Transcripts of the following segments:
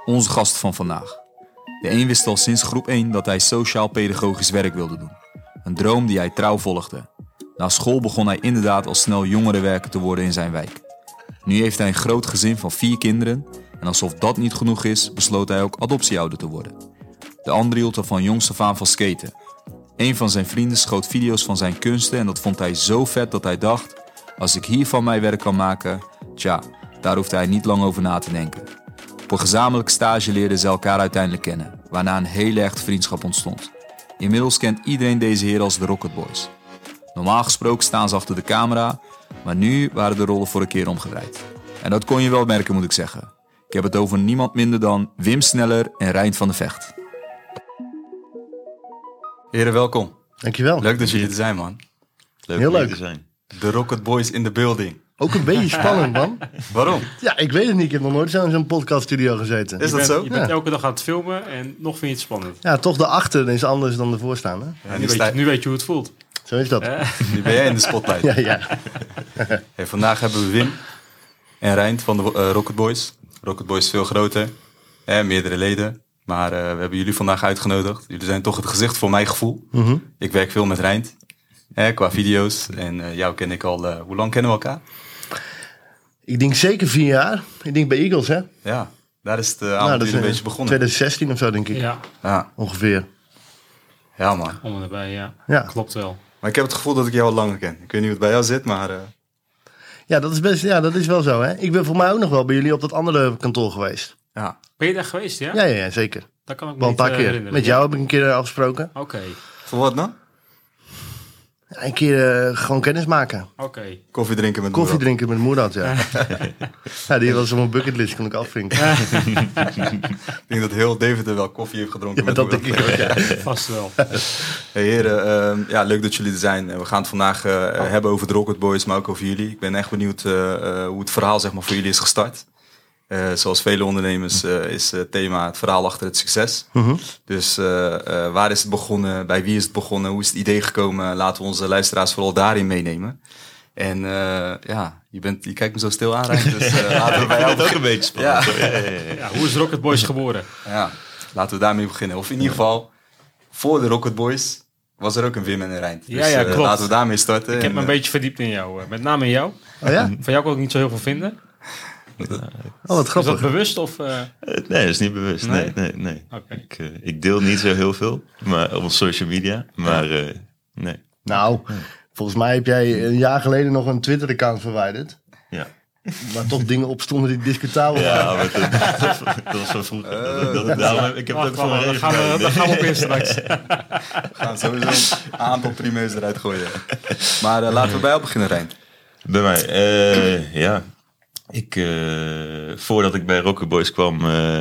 Onze gast van vandaag. De een wist al sinds groep 1 dat hij sociaal-pedagogisch werk wilde doen. Een droom die hij trouw volgde. Na school begon hij inderdaad al snel jongerenwerker te worden in zijn wijk. Nu heeft hij een groot gezin van 4 kinderen en alsof dat niet genoeg is, besloot hij ook adoptieouder te worden. De ander hield er van jongs af aan van skaten. Een van zijn vrienden schoot video's van zijn kunsten en dat vond hij zo vet dat hij dacht: als ik hiervan mijn werk kan maken, tja, daar hoefde hij niet lang over na te denken. Op een gezamenlijke stage leerden ze elkaar uiteindelijk kennen, waarna een hele echte vriendschap ontstond. Inmiddels kent iedereen deze heren als de Rocket Boys. Normaal gesproken staan ze achter de camera, maar nu waren de rollen voor een keer omgedraaid. En dat kon je wel merken, moet ik zeggen. Ik heb het over niemand minder dan Wim Sneller en Reint van de Vecht. Heren, welkom. Dankjewel. Leuk dat jullie er zijn, man. Heel leuk. Te zijn. De Rocket Boys in the building. Ook een beetje spannend, man. Waarom? Ja, ik weet het niet. Ik heb nog nooit zo in zo'n podcaststudio gezeten. Is dat zo? Je bent Ja. elke dag aan het filmen en nog vind je het spannend. Ja, toch de achter is anders dan de voorstaan, hè? Ja, nu weet je hoe het voelt. Zo is dat. Nu ben jij in de spotlight. Ja, ja. Hey, vandaag hebben we Wim en Reint van de Rocket Boys. Rocket Boys is veel groter, meerdere leden. Maar we hebben jullie vandaag uitgenodigd. Jullie zijn toch het gezicht voor mijn gevoel. Mhm. Ik werk veel met Reint, qua video's. En jou ken ik al, hoe lang kennen we elkaar? Ik denk zeker 4 jaar. Ik denk bij Eagles, hè? Ja, daar is het Nou, avontuur een beetje begonnen. 2016 of zo, denk ik. Ja, Ja, Ongeveer. ja, man. om en erbij, ja. Ja. Klopt wel. Maar ik heb het gevoel dat ik jou al langer ken. Ik weet niet hoe het bij jou zit, maar... Ja, dat is best. Ja, dat is wel zo, hè? Ik ben voor mij ook nog wel bij jullie op dat andere kantoor geweest. ja. Ben je daar geweest, ja? Ja, zeker. Dat kan ik me Wel een niet paar keer. herinneren. Met jou heb ik een keer afgesproken. Oké, Voor wat nou? Ja, een keer gewoon kennis maken. oké. Koffie drinken met Koffie Moerad. drinken met Moerad, ja. Ja, die was op mijn bucketlist, kon ik afvinken. Ik denk dat heel Deventer wel koffie heeft gedronken Ja, met dat Moerad. denk ik ook, ja. Vast wel. Hey heren, leuk dat jullie er zijn. We gaan het vandaag hebben over de Rocket Boys, maar ook over jullie. Ik ben echt benieuwd hoe het verhaal zeg maar, voor jullie is gestart. Zoals vele ondernemers is het thema het verhaal achter het succes. Mhm. Dus waar is het begonnen? Bij wie is het begonnen? Hoe is het idee gekomen? Laten we onze luisteraars vooral daarin meenemen. En je kijkt me zo stil aan, Rijn, dus laten we bij jou Het ook een beetje spannend. Ja. hoor. Ja. Ja, hoe is Rocket Boys geboren? Ja, laten we daarmee beginnen. Of in ieder geval, voor de Rocket Boys was er ook een Wim en een Reint. Ja, ja, klopt. Laten we daarmee starten. Ik heb En, me een beetje verdiept in jou. Met name in jou. Oh ja? Van jou kon ik niet zo heel veel vinden. Oh, wat Is dat grappig. bewust of... Nee, dat is niet bewust. Nee? Nee. Oké. Ik deel niet zo heel veel maar op social media. Maar nee. Nou, volgens mij heb jij een jaar geleden nog een Twitter-account verwijderd. Ja. Waar toch dingen op stonden die discutabel waren. Ja, maar dat was van vroeger. Ik heb het ook voor mijn Wacht, regen. daar gaan we op in straks. we gaan sowieso een aantal primeurs eruit gooien. Maar laten we bij jou beginnen, Reint. Bij mij, ja. Voordat ik bij Rocket Boys kwam,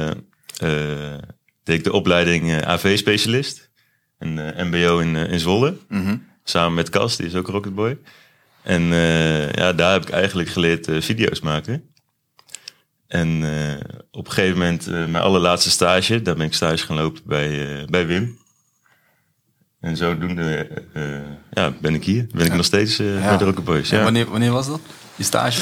deed ik de opleiding AV-specialist. Een mbo in Zwolle. Mhm. Samen met Cas, die is ook Rocket Boy. En daar heb ik eigenlijk geleerd video's maken. En op een gegeven moment, mijn allerlaatste stage, daar ben ik stage gaan lopen bij Wim. En zodoende ben ik hier. Ben ik nog steeds bij de Rocket Boys. En Ja. wanneer was dat? Je stage?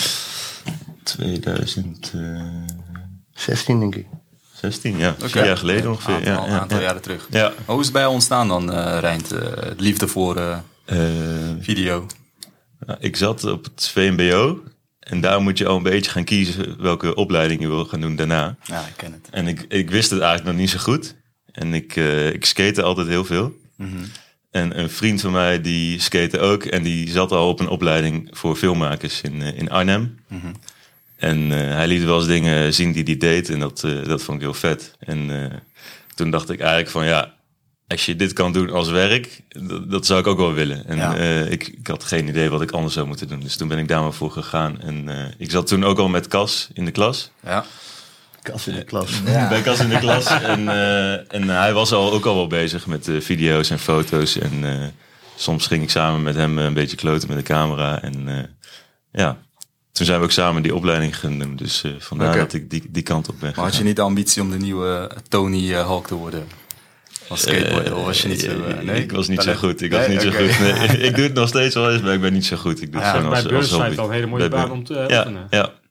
2016, 16, denk ik. ja. 4 jaar geleden ongeveer. Een aantal jaren terug. Ja. Hoe is het bij jou ontstaan dan, Reint? De liefde voor video? Nou, ik zat op het VMBO. En daar moet je al een beetje gaan kiezen welke opleiding je wil gaan doen daarna. Ja, ik ken het. En ik wist het eigenlijk nog niet zo goed. En ik skate altijd heel veel. Mhm. En een vriend van mij die skate ook. En die zat al op een opleiding voor filmmakers in Arnhem. Mhm. En hij liet wel eens dingen zien die hij deed. En dat vond ik heel vet. En toen dacht ik eigenlijk van ja, als je dit kan doen als werk, dat zou ik ook wel willen. En Ja. ik had geen idee wat ik anders zou moeten doen. Dus toen ben ik daar maar voor gegaan. En ik zat toen ook al met Cas in de klas. Ja. Kas in de klas. Bij Cas in de klas. En hij was ook al wel bezig met video's en foto's. En soms ging ik samen met hem een beetje kloten met de camera. En toen zijn we ook samen die opleiding gaan doen. Dus vandaar Oké. dat ik die kant op ben Maar had je niet de ambitie om de nieuwe Tony Hawk te worden? Als skateboarder, of was je niet zo... nee? Ik was niet zo goed. Nee? Oké. Nee, ik doe het nog steeds wel eens, maar ik ben niet zo goed. Ik doe het Ja, gewoon Bij als Burnside hobby. wel een hele mooie Bij baan om te Ja, oefenen. ja,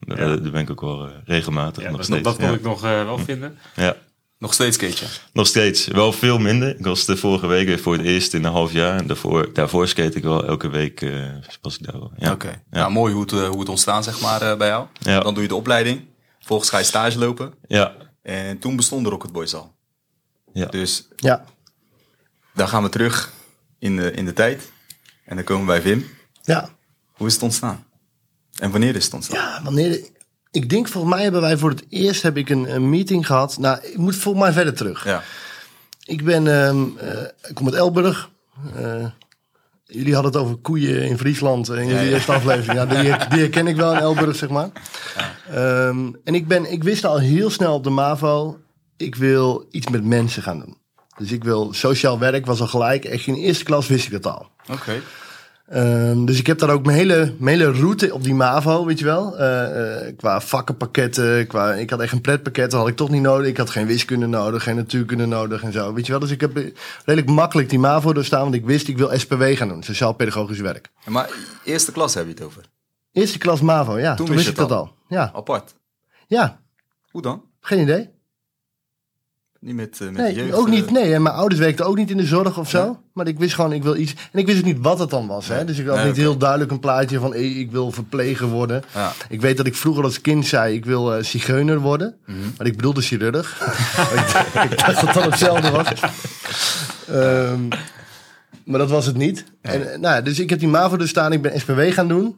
Daar ben ik ook wel regelmatig Ja, nog dat, steeds. dat kon ik nog wel vinden. Ja, Nog steeds, Keetje. nog steeds. Wel veel minder. Ik was de vorige week weer voor het eerst in een half jaar. En daarvoor skate ik wel elke week. Was ik daar wel. Ja. Oké. Nou, mooi hoe het ontstaan, zeg maar, bij jou. Ja. Dan doe je de opleiding. Vervolgens ga je stage lopen. Ja. En toen bestond de Rocket Boys al. Ja. Dus Ja, dan gaan we terug in de tijd. En dan komen we bij Wim. ja. Hoe is het ontstaan? En wanneer is het ontstaan? Ja, ik denk volgens mij hebben wij voor het eerst heb ik een meeting gehad. Nou, ik moet volgens mij verder terug. Ja. Ik kom uit Elburg. Jullie hadden het over koeien in Friesland in de eerste aflevering. Ja, die herken ik wel in Elburg, zeg maar. Ja. En ik wist al heel snel op de MAVO, ik wil iets met mensen gaan doen. Dus ik wil sociaal werk, was al gelijk. Echt in de eerste klas wist ik dat al. Oké. Dus ik heb daar ook mijn hele route op die MAVO, weet je wel. Qua vakkenpakketten, ik had echt een pretpakket, dat had ik toch niet nodig. Ik had geen wiskunde nodig, geen natuurkunde nodig en zo, weet je wel. Dus ik heb redelijk makkelijk die MAVO doorstaan, want ik wist ik wil SPW gaan doen, sociaal-pedagogisch werk. Maar eerste klas heb je het over? Eerste klas MAVO, ja. Toen wist ik dat al. Ja. Apart. Ja, Hoe dan? geen idee. Niet met de Nee, jeugd? ook niet. Nee, en mijn ouders werkten ook niet in de zorg of zo. Nee. Maar ik wist gewoon, ik wil iets. En ik wist ook niet wat het dan was. Hè? Dus ik had Nee, niet oké. heel duidelijk een plaatje van ik wil verpleger worden. Ja. Ik weet dat ik vroeger als kind zei ik wil zigeuner worden. Maar ik bedoelde chirurg. ik dacht dat dat hetzelfde was. Maar dat was het niet. Nee. En, nou ja, dus ik heb die MAVO dus staan. Ik ben SPW gaan doen.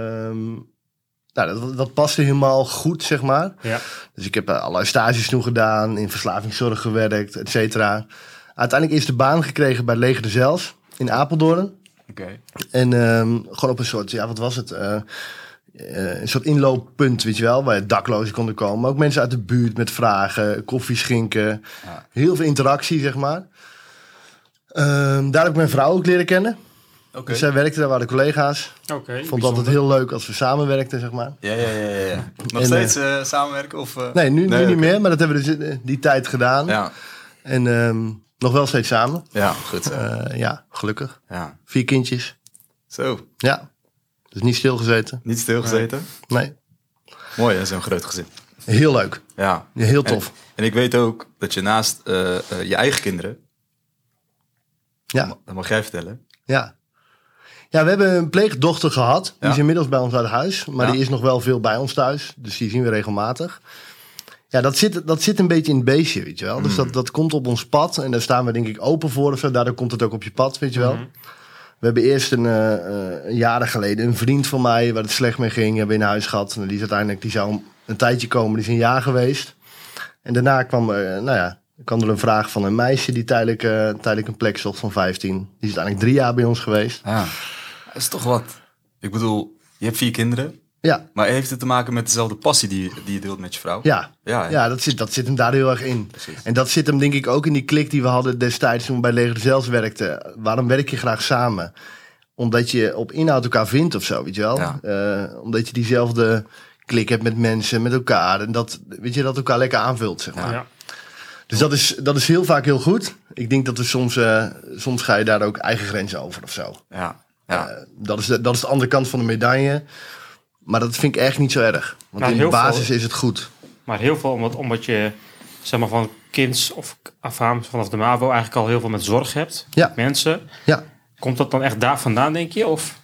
Nou, dat paste helemaal goed, zeg maar. Ja. Dus ik heb allerlei stages toen gedaan, in verslavingszorg gewerkt, et cetera. Uiteindelijk eerst de baan gekregen bij Leger de Zels in Apeldoorn. Oké. En gewoon op een soort, ja, wat was het? Een soort inlooppunt, weet je wel, waar daklozen konden komen. Maar ook mensen uit de buurt met vragen, koffie schinken. Ja. Heel veel interactie, zeg maar. Daar heb ik mijn vrouw ook leren kennen. Oké. Dus zij werkte, daar waren collega's. Oké. Ik vond het altijd heel leuk als we samenwerkten, zeg maar. Ja. Nog En, steeds samenwerken? Of, Nee, nu oké. niet meer, maar dat hebben we dus die tijd gedaan. Ja. En nog wel steeds samen. Ja, goed zo. Ja, gelukkig. Ja. 4 kindjes. Zo, Ja, dus niet stilgezeten. niet stilgezeten. Nee, Mooi hè, zo'n groot gezin. heel leuk. Ja. Ja, heel tof. En ik weet ook dat je naast je eigen kinderen, Ja, dat mag jij vertellen. ja. Ja, we hebben een pleegdochter gehad. Die Ja. is inmiddels bij ons uit huis. Maar Ja. die is nog wel veel bij ons thuis. Dus die zien we regelmatig. Ja, dat zit een beetje in het beestje, weet je wel. Dus dat komt op ons pad. En daar staan we denk ik open voor of zo. Daardoor komt het ook op je pad, weet je wel. We hebben eerst een jaren geleden een vriend van mij waar het slecht mee ging, hebben we in huis gehad. En die zou een tijdje komen, die is een jaar geweest. En daarna kwam er een vraag van een meisje die tijdelijk een plek zocht van 15. Die is uiteindelijk 3 jaar bij ons geweest. Ja. Dat is toch wat. Ik bedoel, je hebt 4 kinderen. Ja, Maar heeft het te maken met dezelfde passie die je deelt met je vrouw? ja. Ja, Ja, dat zit hem daar heel erg in. Precies. En dat zit hem denk ik ook in die klik die we hadden destijds toen we bij Leger de Zels werkten. Waarom werk je graag samen? Omdat je op inhoud elkaar vindt of zo, weet je wel? Ja. Omdat je diezelfde klik hebt met mensen, met elkaar. En dat elkaar lekker aanvult, zeg maar. Ja. Dus dat is heel vaak heel goed. Ik denk dat er soms ga je daar ook eigen grenzen over of zo. Ja. Dat is de andere kant van de medaille. Maar dat vind ik echt niet zo erg. Want Maar in de heel basis veel- is het goed. Maar heel veel omdat je zeg maar van kinds of af aan vanaf de MAVO eigenlijk al heel veel met zorg hebt. Ja. Met mensen. Ja. Komt dat dan echt daar vandaan, denk je? Of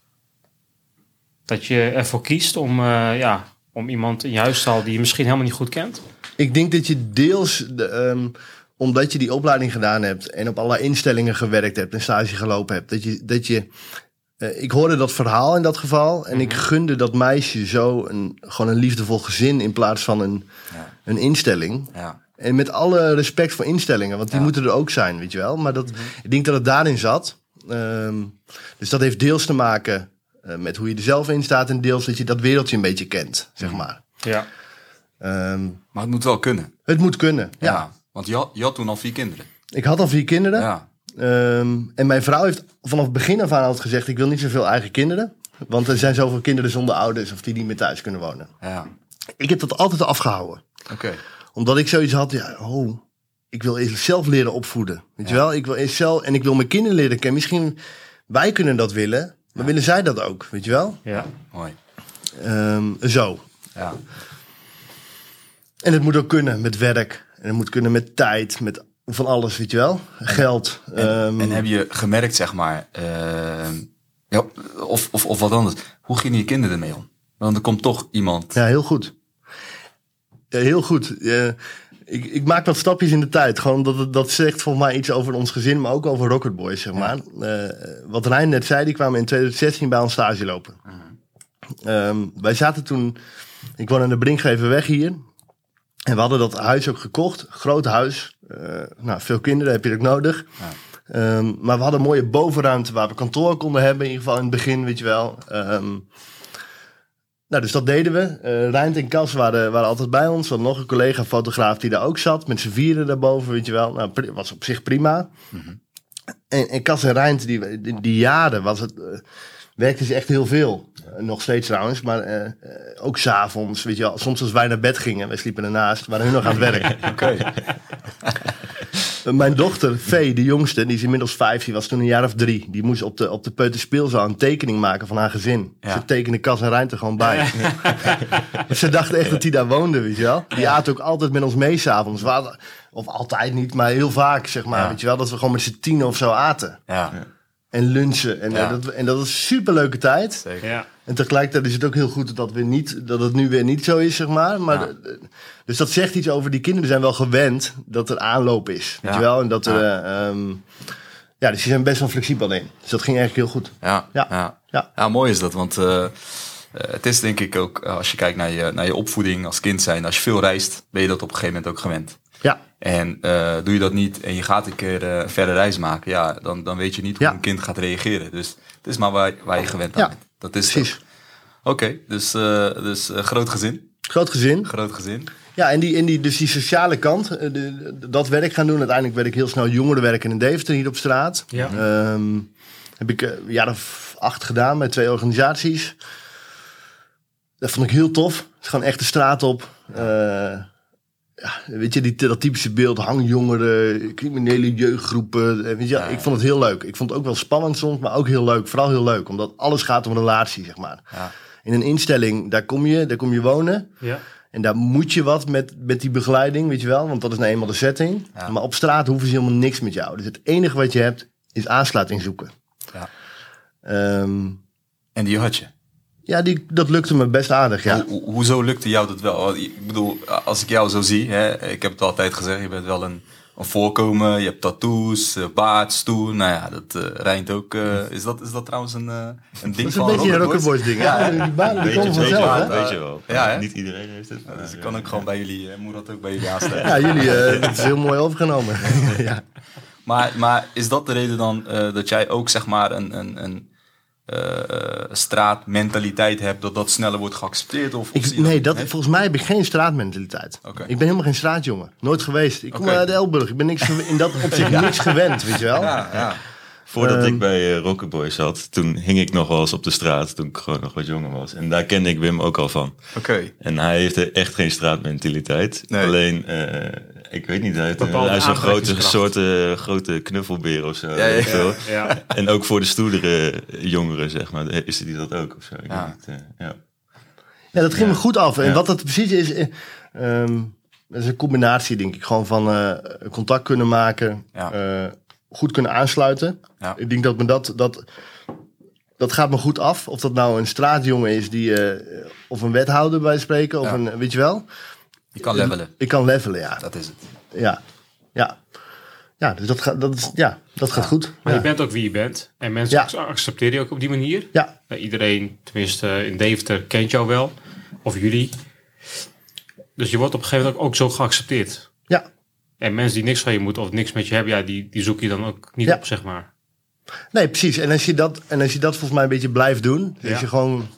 dat je ervoor kiest om iemand in je huis te halen die je misschien helemaal niet goed kent? Ik denk dat je deels, omdat je die opleiding gedaan hebt en op allerlei instellingen gewerkt hebt en stage gelopen hebt, ik hoorde dat verhaal in dat geval en ik gunde dat meisje zo gewoon een liefdevol gezin in plaats van een instelling. Ja. En met alle respect voor instellingen, want die Ja. moeten er ook zijn, weet je wel. Maar ik denk dat het daarin zat. Dus dat heeft deels te maken met hoe je er zelf in staat en deels dat je dat wereldje een beetje kent, zeg maar. Ja. Maar het moet wel kunnen. Het moet kunnen, ja. Ja. Want je had toen al 4 kinderen. Ik had al 4 kinderen. Ja. En mijn vrouw heeft vanaf het begin af aan altijd gezegd, ik wil niet zoveel eigen kinderen. Want er zijn zoveel kinderen zonder ouders of die niet meer thuis kunnen wonen. Ja. Ik heb dat altijd afgehouden. Oké. Omdat ik zoiets had, ik wil eerst zelf leren opvoeden. Weet je wel? Ik wil eerst zelf, en ik wil mijn kinderen leren kennen. Misschien, wij kunnen dat willen, maar willen zij dat ook? Weet je wel? Ja. Mooi. Zo. Ja. En het moet ook kunnen met werk. En het moet kunnen met tijd, met van alles, weet je wel. Geld. En heb je gemerkt, zeg maar, ja, of wat anders. Hoe gingen je kinderen ermee om? Want er komt toch iemand... Ja, heel goed. Ja, heel goed. Ik maak wat stapjes in de tijd. Gewoon dat zegt volgens mij iets over ons gezin, maar ook over Rocket Boys, zeg maar. Wat Rijn net zei, die kwamen in 2016 bij ons stage lopen. Wij zaten toen... Ik woon aan de Brinkgeverweg hier. En we hadden dat huis ook gekocht. Groot huis. Veel kinderen heb je ook nodig. Ja. Maar we hadden een mooie bovenruimte waar we kantoor konden hebben. In ieder geval in het begin, weet je wel. Dus dat deden we. Reint en Cas waren altijd bij ons. We hadden nog een collega-fotograaf die daar ook zat. Met z'n vieren daarboven, weet je wel. Nou, was op zich prima. Mm-hmm. En Cas en Reint, die jaren was het... werkten ze echt heel veel. Nog steeds trouwens, maar ook 's avonds, weet je wel. Soms als wij naar bed gingen, wij sliepen ernaast, waren hun nog aan het werk. Oké. Mijn dochter, Vee, de jongste, die is inmiddels 5, die was toen een jaar of 3. Die moest op de peuterspeelzaal een tekening maken van haar gezin. Ja. Ze tekende Cas en Reint er gewoon bij. Ja. Ze dachten echt dat hij daar woonde, weet je wel. Die aten ook altijd met ons mee 's avonds. Of altijd niet, maar heel vaak, zeg maar. Ja. Weet je wel, dat we gewoon met z'n 10 of zo aten. Ja. En lunchen. En dat is een superleuke tijd. Zeker. Ja. En tegelijkertijd is het ook heel goed dat het nu weer niet zo is, zeg maar. Dus dat zegt iets over die kinderen zijn wel gewend dat er aanloop is. Weet je wel? En dat er... dus die zijn best wel flexibel in. Dus dat ging eigenlijk heel goed. Ja, mooi is dat. Want het is denk ik ook, als je kijkt naar je opvoeding als kind zijn. Als je veel reist, ben je dat op een gegeven moment ook gewend. Ja. En doe je dat niet en je gaat een keer een verre reis maken, dan weet je niet hoe een kind gaat reageren. Dus het is maar waar je gewend aan bent. Dat is precies. Oké, dus groot gezin. Groot gezin. Ja, en die sociale kant, dat werk gaan doen. Uiteindelijk werd ik heel snel jongerenwerken in Deventer hier op straat. Ja. Heb ik een jaar of 8 gedaan met 2 organisaties. Dat vond ik heel tof. Het is gewoon echt de straat op. Weet je, dat typische beeld, hangjongeren, criminele jeugdgroepen. Weet je, ik vond het heel leuk. Ik vond het ook wel spannend soms, maar ook heel leuk. Vooral heel leuk, omdat alles gaat om relatie, zeg maar. Ja. In een instelling, daar kom je wonen. Ja. En daar moet je wat met die begeleiding, weet je wel. Want dat is nou eenmaal de setting. Ja. Maar op straat hoeven ze helemaal niks met jou. Dus het enige wat je hebt, is aansluiting zoeken. Ja. En die had je? Ja, dat lukte me best aardig, ja. Hoezo lukte jou dat wel? Ik bedoel, als ik jou zo zie, hè, ik heb het altijd gezegd, je bent wel een voorkomen, je hebt tattoos, baard, stoer. Nou ja, dat rijmt ook. Is dat trouwens een ding van Dat is een beetje een Rocket Boys ding. Ja, die baden die komen vanzelf, hè? Weet je wel. Ja, niet iedereen heeft het. Dus ik kan ook gewoon bij jullie, moet dat ook bij jullie aansluiten. Ja, jullie, het is heel mooi overgenomen. Ja. Maar is dat de reden dan dat jij ook, zeg maar, een straatmentaliteit hebt, dat sneller wordt geaccepteerd? Volgens mij heb ik geen straatmentaliteit. Okay. Ik ben helemaal geen straatjongen. Nooit geweest. Ik kom uit Elburg. Ik ben in dat opzicht niks gewend, weet je wel. Ja. Voordat ik bij Rocket Boys zat, toen hing ik nog wel eens op de straat, toen ik gewoon nog wat jonger was. En daar kende ik Wim ook al van. Okay. En hij heeft echt geen straatmentaliteit. Nee. Alleen, ik weet niet, hij is een grote knuffelbeer of zo. Ja. En ook voor de stoerdere jongeren, zeg maar, is hij dat ook of zo. Ik weet niet, Ja, dat ging me goed af. En wat dat precies is, dat is een combinatie, denk ik, gewoon van contact kunnen maken, goed kunnen aansluiten. Ja. Ik denk dat me dat gaat me goed af. Of dat nou een straatjongen is die of een wethouder bij spreken, of een, weet je wel. Je kan levelen. Ik kan levelen, ja. Dat is het. Ja, dus dat gaat goed. Maar je bent ook wie je bent. En mensen accepteren je ook op die manier. Ja. Iedereen, tenminste in Deventer, kent jou wel. Of jullie. Dus je wordt op een gegeven moment ook zo geaccepteerd. Ja. En mensen die niks van je moeten of niks met je hebben, die zoek je dan ook niet op, zeg maar. Nee, precies. En als je dat volgens mij een beetje blijft doen, als je gewoon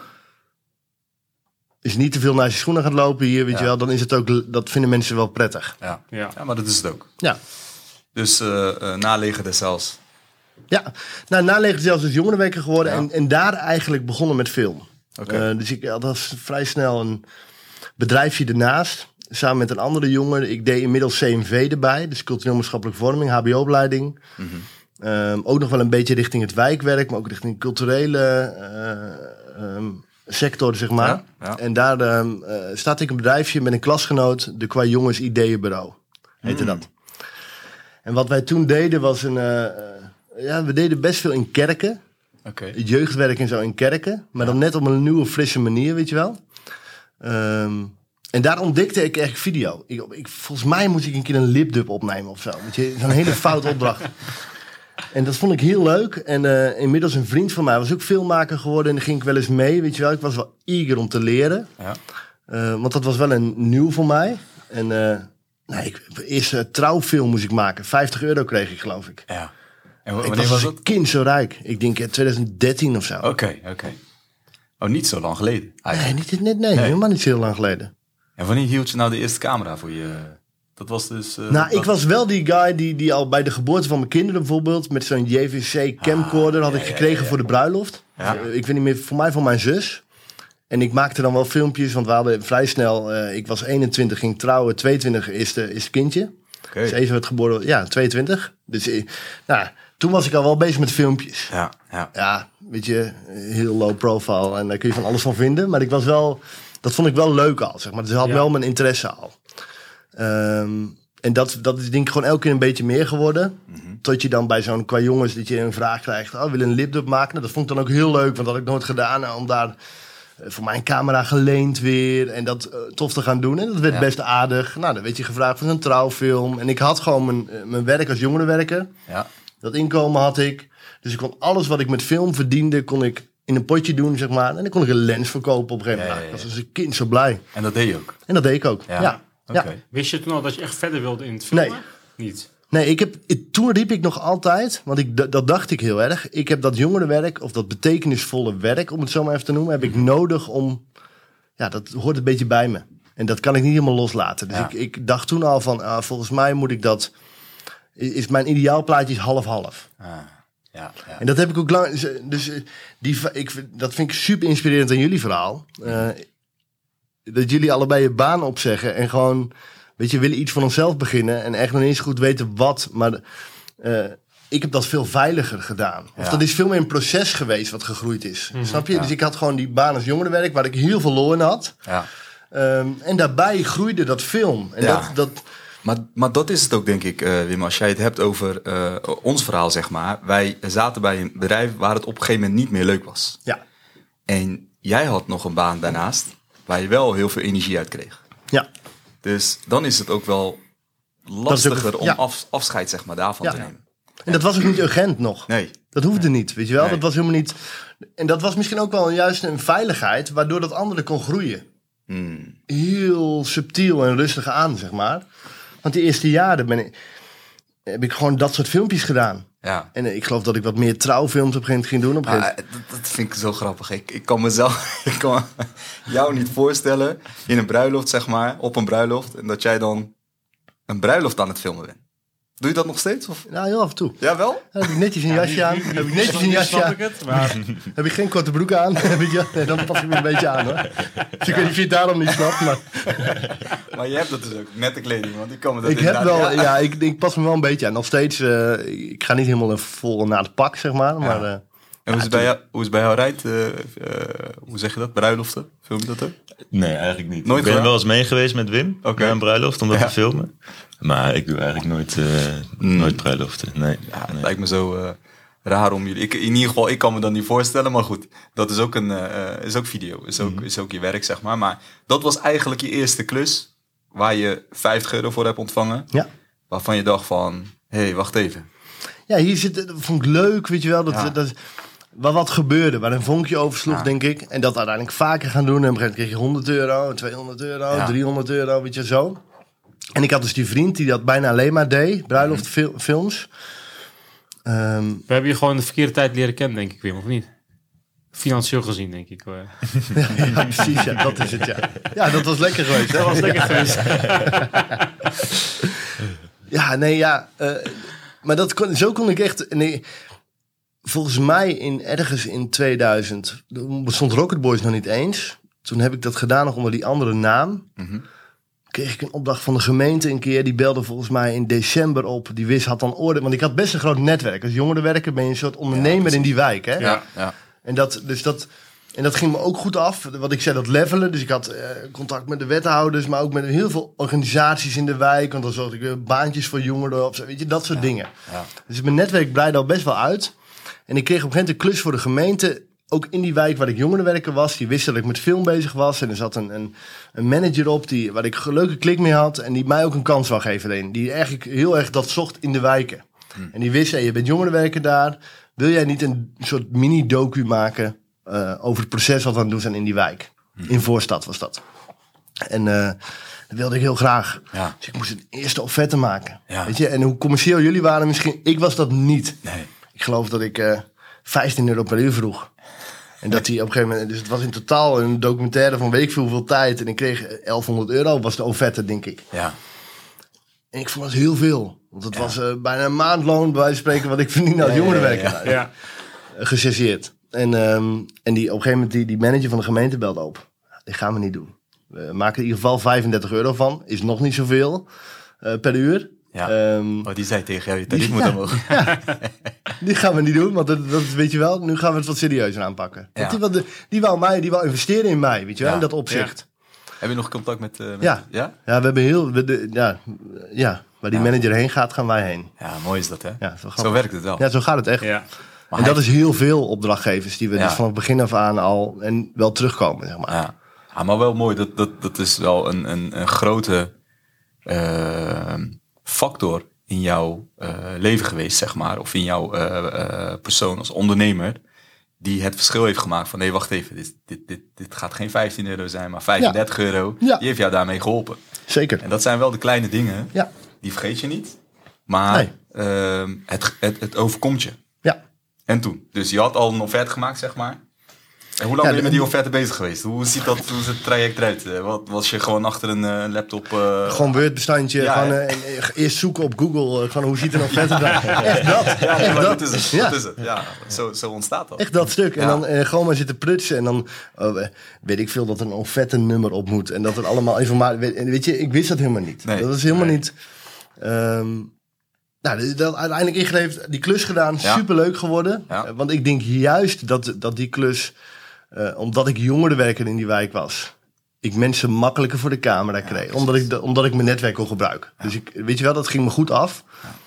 niet te veel naar je schoenen gaat lopen hier, weet je wel, dan is het ook, dat vinden mensen wel prettig. Ja, maar dat is het ook. Ja. Dus naleger deszelfs. Ja, naleger deszelfs is jongerenwerker geworden en daar eigenlijk begonnen met film. Okay. Dus ik had vrij snel een bedrijfje ernaast. Samen met een andere jongen. Ik deed inmiddels CMV erbij. Dus cultureel maatschappelijke vorming, HBO-opleiding. Mm-hmm. Ook nog wel een beetje richting het wijkwerk. Maar ook richting culturele sector, zeg maar. Ja. En daar staat ik een bedrijfje met een klasgenoot, de Qua Jongens Ideeënbureau, heette dat. En wat wij toen deden was we deden best veel in kerken. Okay. Jeugdwerk en zo in kerken. Maar dan net op een nieuwe, frisse manier, weet je wel. En daar ontdekte ik echt video. Volgens mij moest ik een keer een lipdub opnemen of zo. Weet je, zo'n hele foute opdracht. En dat vond ik heel leuk. En inmiddels een vriend van mij was ook filmmaker geworden. En daar ging ik wel eens mee, weet je wel. Ik was wel eager om te leren. Ja. Want dat was wel een nieuw voor mij. En eerst trouwfilm moest ik maken. €50 kreeg ik, geloof ik. Ja. En wanneer was dat? Kind zo rijk. Ik denk 2013 of zo. Oké. Oh, niet zo lang geleden. Nee, helemaal niet zo heel lang geleden. En wanneer hield je nou de eerste camera voor je? Dat was dus... ik was wel die guy die al bij de geboorte van mijn kinderen bijvoorbeeld... met zo'n JVC camcorder had ik gekregen voor de bruiloft. Ja. Ik weet niet meer, voor mij van mijn zus. En ik maakte dan wel filmpjes, want we hadden vrij snel... ik was 21, ging trouwen, 22 is het kindje. Okay. Dus even werd geboren, 22. Dus toen was ik al wel bezig met filmpjes. Ja, weet je, heel low profile. En daar kun je van alles van vinden. Maar dat vond ik wel leuk al, zeg maar. Dus had wel mijn interesse al. En dat is denk ik gewoon elke keer een beetje meer geworden. Mm-hmm. Tot je dan bij zo'n Qua Jongens dat je een vraag krijgt. Wil je een lipdub maken? Nou, dat vond ik dan ook heel leuk, want dat had ik nooit gedaan. Om daar voor mij een camera geleend weer en dat tof te gaan doen. En dat werd best aardig. Nou, dan werd je gevraagd voor een trouwfilm. En ik had gewoon mijn werk als jongerenwerker. Ja. Dat inkomen had ik. Dus ik kon alles wat ik met film verdiende, kon ik in een potje doen, zeg maar. En dan kon ik een lens verkopen op een gegeven moment. Ik was als een kind zo blij. En dat deed je ook? En dat deed ik ook, ja. Okay. Wist je toen al dat je echt verder wilde in het filmen? Nee. Niet? Nee, toen riep ik nog altijd, want dat dacht ik heel erg. Ik heb dat jongerenwerk, of dat betekenisvolle werk, om het zo maar even te noemen, heb ik nodig om... Ja, dat hoort een beetje bij me. En dat kan ik niet helemaal loslaten. Dus ik dacht toen al van, volgens mij moet ik dat... Is mijn ideaalplaatje half-half. Ja. En dat heb ik ook lang... Dus dat vind ik super inspirerend aan jullie verhaal. Dat jullie allebei je baan opzeggen en gewoon... Weet je, willen iets van onszelf beginnen en echt nog niet eens goed weten wat. Maar ik heb dat veel veiliger gedaan. Of dat is veel meer een proces geweest wat gegroeid is. Mm-hmm. Snap je? Ja. Dus ik had gewoon die baan als jongerenwerk waar ik heel veel lol in had. Ja. En daarbij groeide dat film. En Maar dat is het ook, denk ik, Wim. Als jij het hebt over ons verhaal, zeg maar. Wij zaten bij een bedrijf waar het op een gegeven moment niet meer leuk was. Ja. En jij had nog een baan daarnaast waar je wel heel veel energie uit kreeg. Ja. Dus dan is het ook wel lastiger om afscheid, zeg maar, daarvan te nemen. En dat was ook niet urgent nog. Nee. Dat hoefde niet, weet je wel. Nee. Dat was helemaal niet... En dat was misschien ook wel juist een veiligheid, waardoor dat andere kon groeien. Heel subtiel en rustig aan, zeg maar. Want die eerste jaren heb ik gewoon dat soort filmpjes gedaan. Ja. En ik geloof dat ik wat meer trouwfilms op een gegeven moment ging doen. Dat vind ik zo grappig. Ik kan jou niet voorstellen in een bruiloft, zeg maar, op een bruiloft. En dat jij dan een bruiloft aan het filmen bent. Doe je dat nog steeds? Of? Nou, heel af en toe. Ja, wel? Dan heb ik netjes een jasje aan. Heb ik geen korte broek aan. Nee, dan pas ik me een beetje aan, hoor. Dus ik weet niet of je het daarom niet snapt, maar... Maar je hebt dat dus ook, nette kleding, want ik kan me dat ik pas me wel een beetje aan. Nog steeds, ik ga niet helemaal vol naar het pak, zeg maar. Maar en hoe is het bij jou rijdt? Hoe zeg je dat? Bruiloften? Film je dat ook? Nee, eigenlijk niet. Ik ben wel eens mee geweest met Wim naar een bruiloft om dat te filmen. Maar ik doe eigenlijk nooit bruiloften. Nee. Ja, het lijkt me zo raar om jullie... In ieder geval, ik kan me dat niet voorstellen. Maar goed, dat is ook is ook video. Is ook je werk, zeg maar. Maar dat was eigenlijk je eerste klus waar je €50 voor hebt ontvangen. Ja. Waarvan je dacht van, hé, wacht even. Ja, dat vond ik leuk, weet je wel. Dat wat gebeurde, waar een vonkje oversloeg, denk ik. En dat uiteindelijk vaker gaan doen. En op een gegeven moment kreeg je €100, €200, €300, weet je, zo. En ik had dus die vriend die dat bijna alleen maar deed. Bruiloftfilms. We hebben je gewoon de verkeerde tijd leren kennen, denk ik, Wim, of niet? Financieel gezien, denk ik. Ja, precies, ja, dat is het, ja. Ja, dat was lekker geweest. Hè? Dat was lekker geweest. Maar zo kon ik echt... Volgens mij ergens in 2000 bestond Rocket Boys nog niet eens. Toen heb ik dat gedaan nog onder die andere naam. Mm-hmm. Kreeg ik een opdracht van de gemeente een keer. Die belde volgens mij in december op. Die had dan orde. Want ik had best een groot netwerk. Als jongerenwerker ben je een soort ondernemer in die wijk. Hè? Ja. En En dat ging me ook goed af. Wat ik zei, dat levelen. Dus ik had contact met de wethouders, maar ook met heel veel organisaties in de wijk. Want dan zorgde ik baantjes voor jongeren of zo, weet je, dat soort dingen. Ja. Dus mijn netwerk breidde al best wel uit. En ik kreeg op een gegeven moment een klus voor de gemeente. Ook in die wijk waar ik jongerenwerker was. Die wist dat ik met film bezig was. En er zat een manager op waar ik een leuke klik mee had. En die mij ook een kans wou geven erin. Die eigenlijk heel erg dat zocht in de wijken. En die wist, je bent jongerenwerker daar. Wil jij niet een soort mini-docu maken over het proces wat we aan het doen zijn in die wijk? In Voorstad was dat. En dat wilde ik heel graag. Ja. Dus ik moest een eerste offerte maken. Ja. Weet je? En hoe commercieel jullie waren misschien... Ik was dat niet. Nee. Ik geloof dat ik €15 per uur vroeg. En dat hij op een gegeven moment... Dus het was in totaal een documentaire van weet ik veel hoeveel tijd. En ik kreeg €1100 was de offerte, denk ik. Ja. En ik vond dat heel veel. Want het was bijna een maandloon, bij wijze van spreken, wat ik verdien als jongerenwerker. Ja. Gecesseerd. En die, op een gegeven moment die manager van de gemeente belde op. Dit gaan we niet doen. We maken in ieder geval €35 van. Is nog niet zoveel per uur. Ja. Die zei tegen jou, je tarief moet omhoog. Ja. Die gaan we niet doen, want dat weet je wel. Nu gaan we het wat serieuzer aanpakken. Ja. Die wou investeren in mij, weet je wel, in dat opzicht. Ja. Heb je nog contact met ja, we hebben waar die manager heen gaat, gaan wij heen. Ja, mooi is dat, hè? Ja, zo werkt het wel. Ja, zo gaat het echt. Ja. En dat is heel veel opdrachtgevers die we dus vanaf het begin af aan al en wel terugkomen, zeg maar. Ja, maar wel mooi. Dat is wel een grote factor in jouw leven geweest, zeg maar. Of in jouw persoon als ondernemer. Die het verschil heeft gemaakt van, nee, wacht even. Dit gaat geen €15 zijn, maar €35. Ja. Die heeft jou daarmee geholpen. Zeker. En dat zijn wel de kleine dingen. Ja. Die vergeet je niet. Maar het overkomt je. Ja. En toen? Dus je had al een offerte gemaakt, zeg maar. En hoe lang ben je met die offerte bezig geweest? Hoe is het traject eruit? Wat was je gewoon achter een laptop? Gewoon Word-bestandje. Eerst zoeken op Google. Gewoon hoe ziet een offerte eruit? Echt dat. Ja, echt dat is het. Ja. Dat is het. Ja, zo ontstaat dat. Echt dat stuk. En dan gewoon maar zitten prutsen. En dan weet ik veel dat er een offerte-nummer op moet. En dat er allemaal informatie... Weet je, ik wist dat helemaal niet. Nee. Dat is helemaal niet... dat uiteindelijk ingeleverd, die klus gedaan, superleuk geworden. Ja. Want ik denk juist dat die klus, omdat ik jongerenwerker in die wijk was, ik mensen makkelijker voor de camera kreeg. Omdat ik mijn netwerk kon gebruiken. Ja. Dus weet je wel, dat ging me goed af.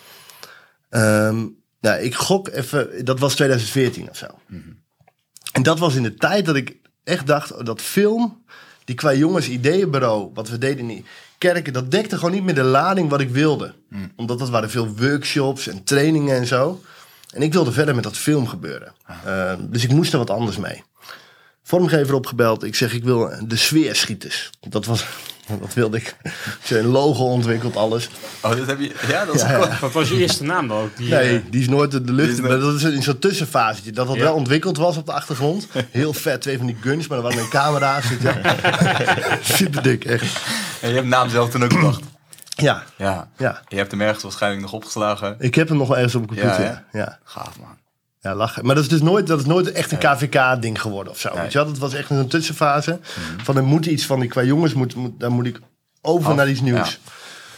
Ja. Ik gok even, dat was 2014 of zo. Mm-hmm. En dat was in de tijd dat ik echt dacht, dat film, die qua jongens ideeënbureau, wat we deden in die kerken, dat dekte gewoon niet meer de lading wat ik wilde. Omdat dat waren veel workshops en trainingen en zo. En ik wilde verder met dat film gebeuren. Dus ik moest er wat anders mee. Vormgever opgebeld. Ik zeg, ik wil de sfeerschieters. Dat wilde ik. Een logo ontwikkeld, alles. Oh, dat heb je... Ja, dat is ja. Wat was je eerste naam dan? Die is nooit de lucht. Dat is in zo'n tussenfase. Dat wel ontwikkeld was op de achtergrond. Heel vet, 2 van die guns, maar er waren een camera's. Super dik, echt. En je hebt de naam zelf toen ook bedacht. Ja. Je hebt hem ergens waarschijnlijk nog opgeslagen. Ik heb hem nog wel ergens op mijn computer. Ja. Gaaf, man. Ja, lachen. Maar dat is nooit echt een KVK-ding geworden of zo. Weet je wel? Dat was echt een tussenfase. Van er moet iets van, qua jongens, dan moet ik over naar iets nieuws. Ja.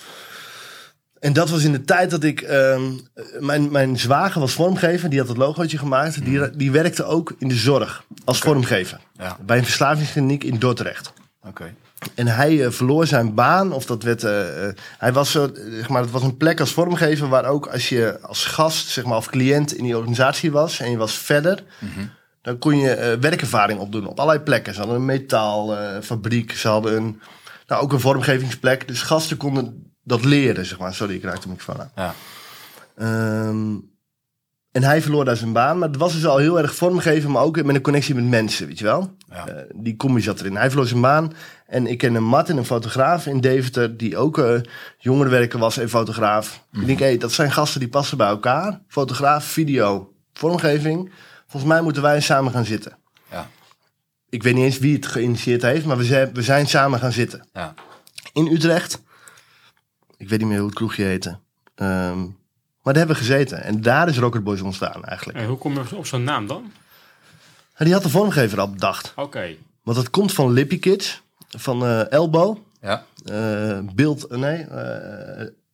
En dat was in de tijd dat ik... Mijn zwager was vormgever. Die had het logootje gemaakt. Die werkte ook in de zorg als vormgever. Ja. Bij een verslavingskliniek in Dordrecht. Oké. En hij verloor zijn baan. Of dat werd... hij was zo, zeg maar, het was een plek als vormgever waar ook als je als gast, zeg maar, of cliënt in die organisatie was en je was verder, dan kon je werkervaring opdoen op allerlei plekken. Ze hadden een metaalfabriek, ze hadden ook een vormgevingsplek. Dus gasten konden dat leren, zeg maar. Sorry, ik raakte de microfoon aan. Ja. En hij verloor daar zijn baan. Maar het was dus al heel erg vormgeven, maar ook met een connectie met mensen, weet je wel. Ja. Die combi zat erin. Hij verloor zijn baan. En ik ken een Martin, een fotograaf in Deventer, die ook jongerenwerker was en fotograaf. Ik denk, dat zijn gasten die passen bij elkaar. Fotograaf, video, vormgeving. Volgens mij moeten wij samen gaan zitten. Ja. Ik weet niet eens wie het geïnitieerd heeft, maar we zijn samen gaan zitten. Ja. In Utrecht. Ik weet niet meer hoe het kroegje heette. Maar daar hebben we gezeten. En daar is Rocket Boys ontstaan eigenlijk. En hoe kom je op zo'n naam dan? Die had de vormgever al bedacht. Oké. Want dat komt van Lippy Kids. Van Elbow. Ja.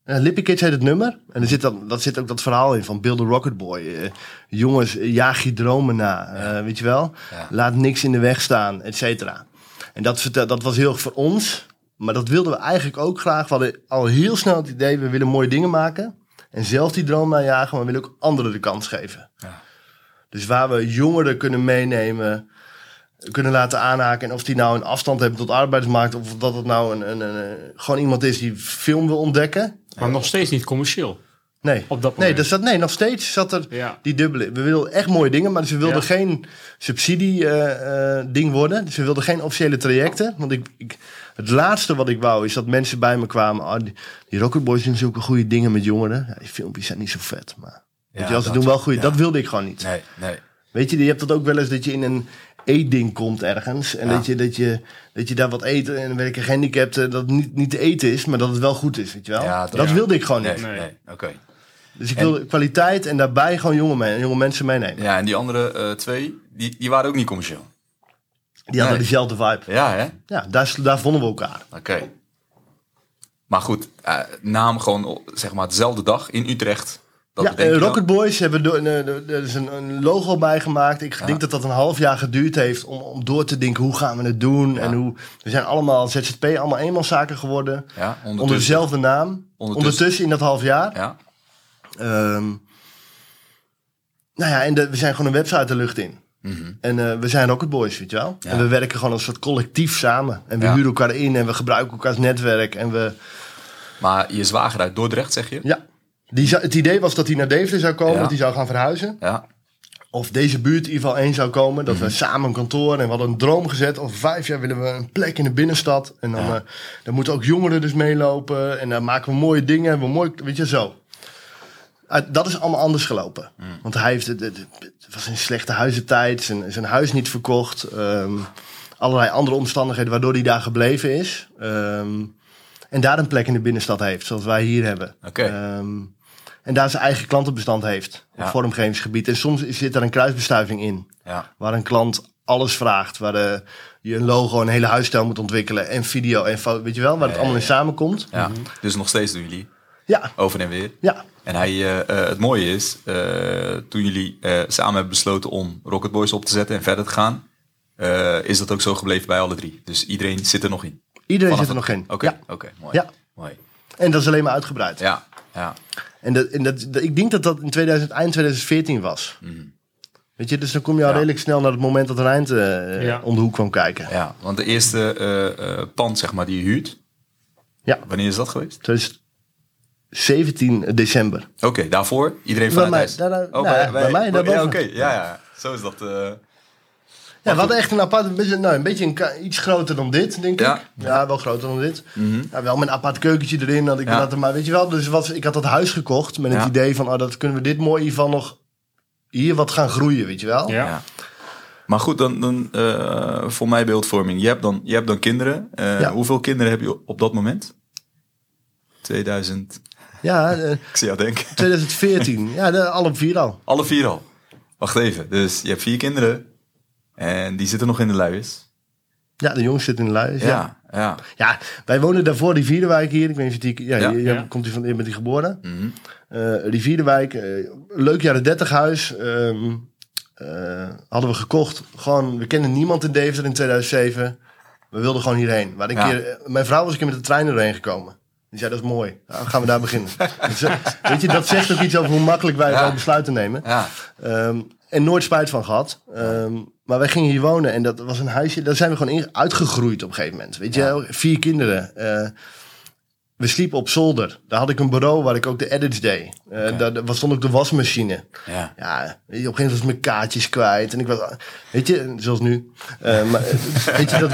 Lippy Kids heet het nummer. En dat zit ook dat verhaal in van Build a Rocket Boy. Jongens, jaag je dromen na. Weet je wel? Ja. Laat niks in de weg staan, et cetera. En dat was heel erg voor ons. Maar dat wilden we eigenlijk ook graag. We hadden al heel snel het idee, we willen mooie dingen maken. En zelf die droom najagen, maar we willen ook anderen de kans geven. Ja. Dus waar we jongeren kunnen meenemen, kunnen laten aanhaken. En of die nou een afstand hebben tot arbeidsmarkt, of dat het nou gewoon iemand is die film wil ontdekken. Maar nog steeds niet commercieel. Nee, op dat moment. Nog steeds zat er die dubbele. We wilden echt mooie dingen, maar ze wilden geen subsidie-ding worden. Dus we wilden geen officiële trajecten. Want het laatste wat ik wou is dat mensen bij me kwamen. Die Rocket Boys doen zulke goede dingen met jongeren. Ja, die filmpjes zijn niet zo vet, maar weet je wel, ze doen wel goede. Ja. Dat wilde ik gewoon niet. Nee. Weet je hebt dat ook wel eens dat je in een eetding komt ergens. En dat je daar wat eet en dan werken gehandicapten dat het niet te eten is, maar dat het wel goed is, weet je wel. Ja, dat wilde ik gewoon niet. Nee. Oké. Dus ik wilde kwaliteit en daarbij gewoon jonge mensen meenemen. Ja, en die andere twee, die waren ook niet commercieel. Die hadden dezelfde vibe. Ja, hè? Ja, daar vonden we elkaar. Oké. Maar goed, naam gewoon, zeg maar, dezelfde dag in Utrecht. Rocket Boys hebben er is een logo bij gemaakt. Ik denk dat een half jaar geduurd heeft om door te denken, hoe gaan we het doen? Ja. En we zijn allemaal ZZP, allemaal eenmanszaken geworden. Ja, onder dezelfde naam. Ondertussen in dat half jaar. Ja. En we zijn gewoon een website de lucht in. Mm-hmm. En we zijn Rocket Boys, weet je wel. Ja. En we werken gewoon als een soort collectief samen. En we huren elkaar in en we gebruiken elkaars netwerk. Maar je zwager uit Dordrecht, zeg je? Ja. Het idee was dat hij naar Deventer zou komen, dat hij zou gaan verhuizen. Ja. Of deze buurt in ieder geval één zou komen. Dat we samen een kantoor en we hadden een droom gezet. Over 5 jaar willen we een plek in de binnenstad. En dan moeten ook jongeren dus meelopen. En dan maken we mooie dingen. Weet je, zo. Dat is allemaal anders gelopen. Want hij heeft het was een slechte huizentijd. Zijn huis niet verkocht. Allerlei andere omstandigheden waardoor hij daar gebleven is. En daar een plek in de binnenstad heeft, zoals wij hier hebben. Okay. En daar zijn eigen klantenbestand heeft op vormgevingsgebied. En soms zit er een kruisbestuiving in. Ja. Waar een klant alles vraagt. Waar je een logo, een hele huisstijl moet ontwikkelen. En video en foto, weet je wel, waar het allemaal in samenkomt. Ja. Dus nog steeds doen jullie? Ja. Over en weer? Ja. En het mooie is, toen jullie samen hebben besloten om Rocket Boys op te zetten en verder te gaan, is dat ook zo gebleven bij alle 3. Dus iedereen zit er nog in? Iedereen zit er nog in. Oké, mooi. Ja. Mooi. En dat is alleen maar uitgebreid. Ja. En ik denk dat in eind 2014 was. Mm. Weet je, dus dan kom je al redelijk snel naar het moment dat Reind om de hoek kwam kijken. Ja, want de eerste pand, zeg maar, die je huurt. Ja. Wanneer is dat geweest? 17 december. Oké, daarvoor? Iedereen vanuit huis? Bij mij. Oké. Ja. Zo is dat. Ja, we hadden echt een apart, een beetje iets groter dan dit, denk ik. Ja, wel groter dan dit. Mm-hmm. Ja, wel met een apart keukentje erin. Maar weet je wel, dus ik had dat huis gekocht met het idee van, dat kunnen we dit mooi in ieder geval nog hier wat gaan groeien, weet je wel. Ja. Maar goed, dan voor mij beeldvorming. Je hebt dan kinderen. Hoeveel kinderen heb je op dat moment? 2000. Ja. Ik zie jou denken. 2014. Ja, alle 4 al. Alle 4 al. Wacht even. Dus je hebt 4 kinderen. En die zitten nog in de luiers. Ja, de jongens zitten in de luiers. Ja, wij wonen daarvoor Rivierenwijk hier. Ik weet niet of je komt van met die geboren. Mm-hmm. Rivierenwijk, leuk jaren 30 huis. Hadden we gekocht. Gewoon, we kenden niemand in Deventer in 2007. We wilden gewoon hierheen. Mijn vrouw was een keer met de trein erheen gekomen. Die zei, dat is mooi. Nou, gaan we daar beginnen. Dus, weet je, dat zegt ook iets over hoe makkelijk wij wel besluiten nemen. Ja. En nooit spijt van gehad. Maar wij gingen hier wonen en dat was een huisje. Daar zijn we gewoon uitgegroeid op een gegeven moment. Weet je, 4 kinderen. We sliepen op zolder. Daar had ik een bureau waar ik ook de edits deed. Daar stond ook de wasmachine. Ja, op een gegeven moment was ik mijn kaartjes kwijt. En ik was, weet je, zoals nu. Maar weet je,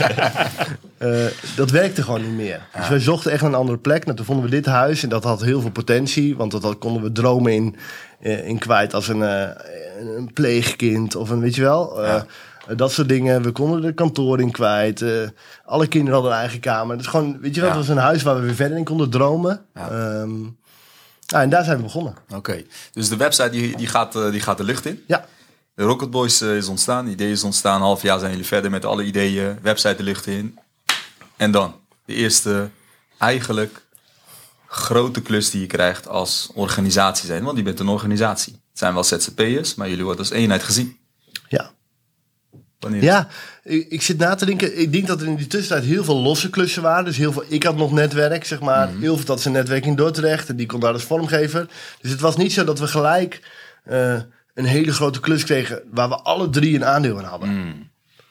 dat werkte gewoon niet meer. Dus wij zochten echt een andere plek. Nou, toen vonden we dit huis en dat had heel veel potentie. Want dat konden we dromen in kwijt als een pleegkind of een, weet je wel. Dat soort dingen. We konden de kantoor in kwijt. Alle kinderen hadden een eigen kamer. Dus gewoon, weet je wel, het was een huis waar we weer verder in konden dromen. Ja. En daar zijn we begonnen. Oké. Dus de website die gaat de lucht in? Ja. De Rocket Boys is ontstaan. De idee is ontstaan. Een half jaar zijn jullie verder met alle ideeën. Website de lucht in. En dan de eerste eigenlijk grote klus die je krijgt als organisatie zijn? Want je bent een organisatie. Het zijn wel ZZP'ers, maar jullie worden als eenheid gezien. Ja. Ja, ik zit na te denken. Ik denk dat er in die tussentijd heel veel losse klussen waren. Dus heel veel. Ik had nog netwerk, zeg maar. Heel veel dat zijn netwerk in Dordrecht. En die kon daar als vormgever. Dus het was niet zo dat we gelijk een hele grote klus kregen waar we alle 3 een aandeel in hadden.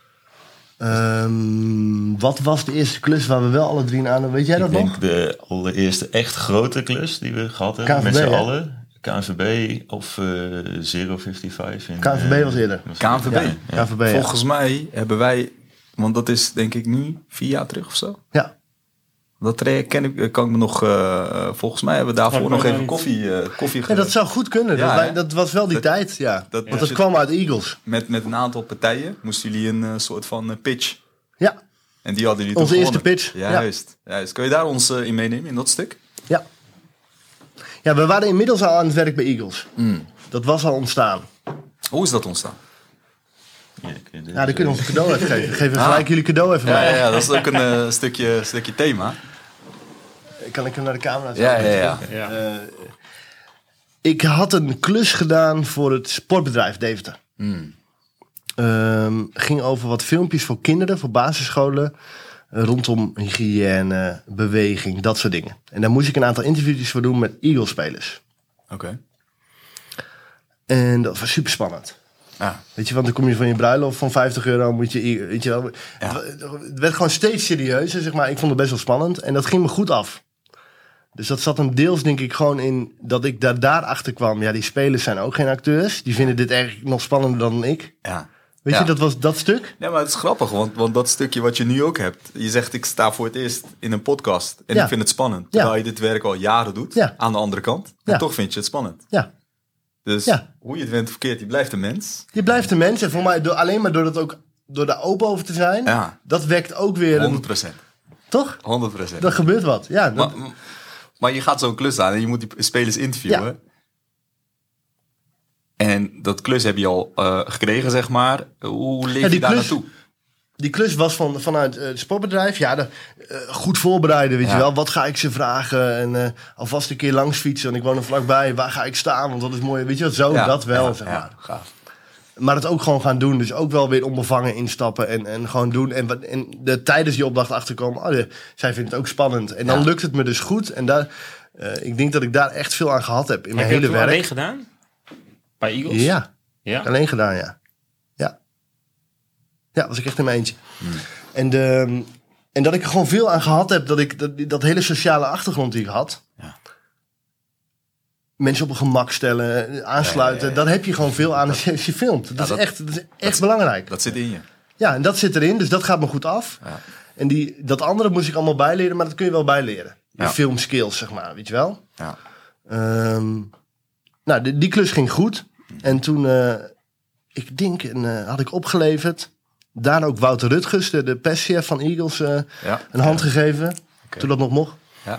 Wat was de eerste klus waar we wel alle 3 een aandeel? Weet jij dat nog? Ik denk de allereerste echt grote klus die we gehad hebben. KNVB, met z'n hè? allen. KNVB of 055. KNVB was eerder. KNVB. Ja. KNVB, Volgens mij hebben wij, want dat is denk ik nu 4 jaar terug of zo. Ja. Dat traject kan ik me nog. Volgens mij hebben we daarvoor nog even koffie Ja, dat zou goed kunnen. Ja, dat was wel die tijd, ja. Want dat kwam uit Eagles. Met een aantal partijen moesten jullie een soort van pitch. Ja. En die hadden jullie Onze toen eerste gewonnen. pitch. Juist. Kun je daar ons in meenemen, in dat stuk? Ja. Ja, we waren inmiddels al aan het werk bij Eagles. Dat was al ontstaan. Hoe is dat ontstaan? Ja, dan kunnen we ons een cadeau even geven. Geef gelijk jullie cadeau even mee. Ja, dat is ook een stukje thema. Kan ik hem naar de camera zetten? Ja. Ik had een klus gedaan voor het sportbedrijf Deventer. Ging over wat filmpjes voor kinderen, voor basisscholen. Rondom hygiëne, beweging, dat soort dingen. En daar moest ik een aantal interviewtjes voor doen met Eagles-spelers. Oké. En dat was super spannend. Ja. Weet je, want dan kom je van je bruiloft van €50, moet je, weet je wel. Ja. Het werd gewoon steeds serieuzer, zeg maar. Ik vond het best wel spannend en dat ging me goed af. Dus dat zat hem deels, denk ik, gewoon in dat ik daarachter kwam. Ja, die spelers zijn ook geen acteurs. Die vinden dit eigenlijk nog spannender dan ik. Ja. Weet je, dat was dat stuk. Ja, maar het is grappig, want dat stukje wat je nu ook hebt. Je zegt, ik sta voor het eerst in een podcast en ik vind het spannend. Terwijl je dit werk al jaren doet, aan de andere kant. En toch vind je het spannend. Ja. Dus hoe je het went verkeerd, je blijft een mens. Je blijft een mens. En voor mij, alleen maar door daar open over te zijn, dat wekt ook weer 100%. Toch? 100%. Dat gebeurt wat. Ja, maar je gaat zo'n klus aan en je moet die spelers interviewen. Ja. En dat klus heb je al gekregen, zeg maar. Hoe leef je daar naartoe? Die klus was vanuit het sportbedrijf. Ja, goed voorbereiden, weet je wel. Wat ga ik ze vragen? En alvast een keer langs fietsen. Want ik woon er vlakbij. Waar ga ik staan? Want dat is mooi. Weet je wat? Zo, dat wel, zeg maar. Gaaf. Maar het ook gewoon gaan doen. Dus ook wel weer onbevangen instappen en gewoon doen. En tijdens die opdracht achterkomen. Zij vindt het ook spannend. En dan lukt het me dus goed. En daar, ik denk dat ik daar echt veel aan gehad heb in mijn hele werk. Heb je het alleen gedaan? Bij Eagles? Ja, alleen gedaan, ja. Ja, was ik echt in mijn eentje. En dat ik er gewoon veel aan gehad heb. Dat hele sociale achtergrond die ik had. Ja. Mensen op een gemak stellen, aansluiten. Dat heb je gewoon veel aan als je filmt. Dat is echt belangrijk. Dat zit in je. Ja, en dat zit erin. Dus dat gaat me goed af. Ja. En dat andere moest ik allemaal bijleren. Maar dat kun je wel bijleren. Ja. Filmskills, zeg maar. Weet je wel? Ja. Nou, die klus ging goed. En toen, ik denk, had ik opgeleverd. Daarna ook Wouter Rutgers, de perschef van Eagles, een hand gegeven. Okay. Toen dat nog mocht. Ja.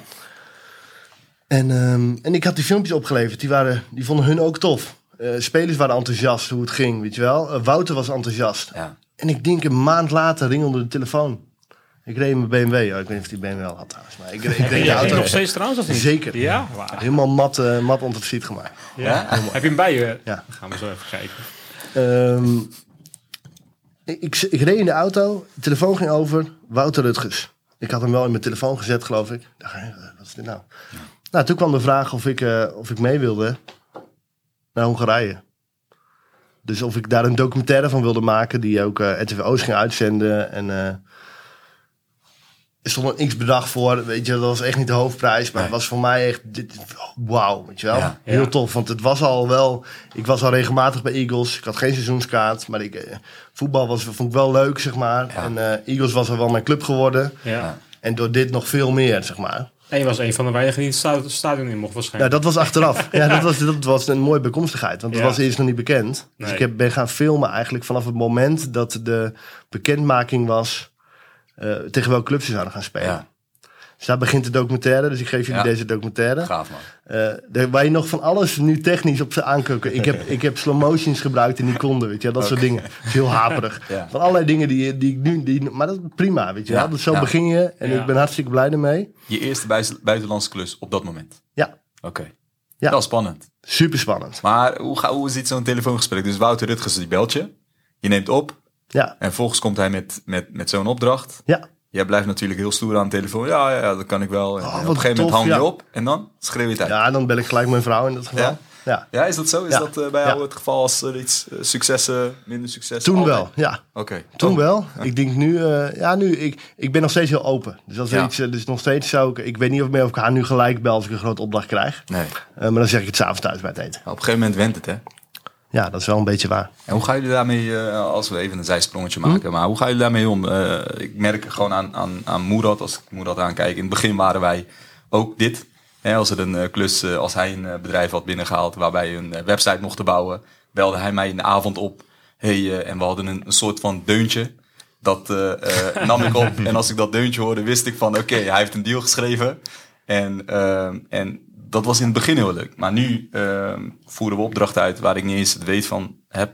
En ik had die filmpjes opgeleverd. Die vonden hun ook tof. Spelers waren enthousiast hoe het ging, weet je wel. Wouter was enthousiast. Ja. En ik denk een maand later ringelde de telefoon. Ik reed mijn BMW. Ik weet niet of die BMW al had trouwens. Maar ik reed de auto. Nog steeds trouwens of niet? Zeker. Ja? Wow. Helemaal mat onder het ziet gemaakt. Ja? Heb je hem bij je? Ja. Dan gaan we zo even kijken. Ik reed in de auto. De telefoon ging over. Wouter Rutgers. Ik had hem wel in mijn telefoon gezet, geloof ik. Ik dacht, wat is dit nou? Ja. Nou, toen kwam de vraag of ik mee wilde naar Hongarije. Dus of ik daar een documentaire van wilde maken. Die ook RTV Oost ging uitzenden. En er stond een x-bedrag voor. Weet je, dat was echt niet de hoofdprijs. Maar het was voor mij echt wauw, weet je wel. Ja, heel tof, want het was al wel... Ik was al regelmatig bij Eagles. Ik had geen seizoenskaart. Maar voetbal vond ik wel leuk, zeg maar. Ja. En Eagles was al wel mijn club geworden. Ja. En door dit nog veel meer, zeg maar. En je was een van de weinigen die het stadion in mocht waarschijnlijk. Ja, dat was achteraf. Ja, dat was een mooie bijkomstigheid. Want dat was eerst nog niet bekend. Dus ik ben gaan filmen eigenlijk vanaf het moment dat de bekendmaking was... tegen welke clubs ze zouden gaan spelen. Ja. Dus daar begint de documentaire. Dus ik geef jullie deze documentaire. Gaaf, man. Waar je nog van alles nu technisch op ze aankukken. Ik heb slow motions gebruikt in die konden, weet je. Dat soort dingen. Dat is heel haperig. Van allerlei dingen die ik nu... Maar dat is prima, weet je wel. Dus zo begin je. En ik ben hartstikke blij ermee. Je eerste buitenlandse klus op dat moment? Ja. Oké. Ja. Dat is spannend. Super spannend. Maar hoe ziet zo'n telefoongesprek? Dus Wouter Rutgers, die belt je. Je neemt op. Ja. En vervolgens komt hij met zo'n opdracht. Ja. Jij blijft natuurlijk heel stoer aan de telefoon. Ja, dat kan ik wel. En op een gegeven moment hang je op en dan schreeuw je het uit. Ja, dan bel ik gelijk mijn vrouw in dat geval. Ja, is dat zo? Is dat bij jou het geval als er iets successen, minder succes? Toen wel, ja. Oké. Toen wel. Ik denk ik ben nog steeds heel open. Dus als er iets, dus nog steeds ik weet niet of ik haar nu gelijk bel als ik een grote opdracht krijg. Nee. Maar dan zeg ik het 's avonds thuis bij het eten. Op een gegeven moment went het, hè? Ja, dat is wel een beetje waar. En hoe gaan jullie daarmee, als we even een zijsprongetje maken, maar hoe gaan jullie daarmee om? Ik merk gewoon aan Moerad, als ik Moerad aankijk. In het begin waren wij ook dit. Hè, als er een klus, als hij een bedrijf had binnengehaald waarbij een website mocht bouwen, belde hij mij in de avond op. En we hadden een soort van deuntje. Dat nam ik op. En als ik dat deuntje hoorde, wist ik van oké, hij heeft een deal geschreven. En dat was in het begin heel leuk. Maar nu voeren we opdrachten uit waar ik niet eens het weet van heb.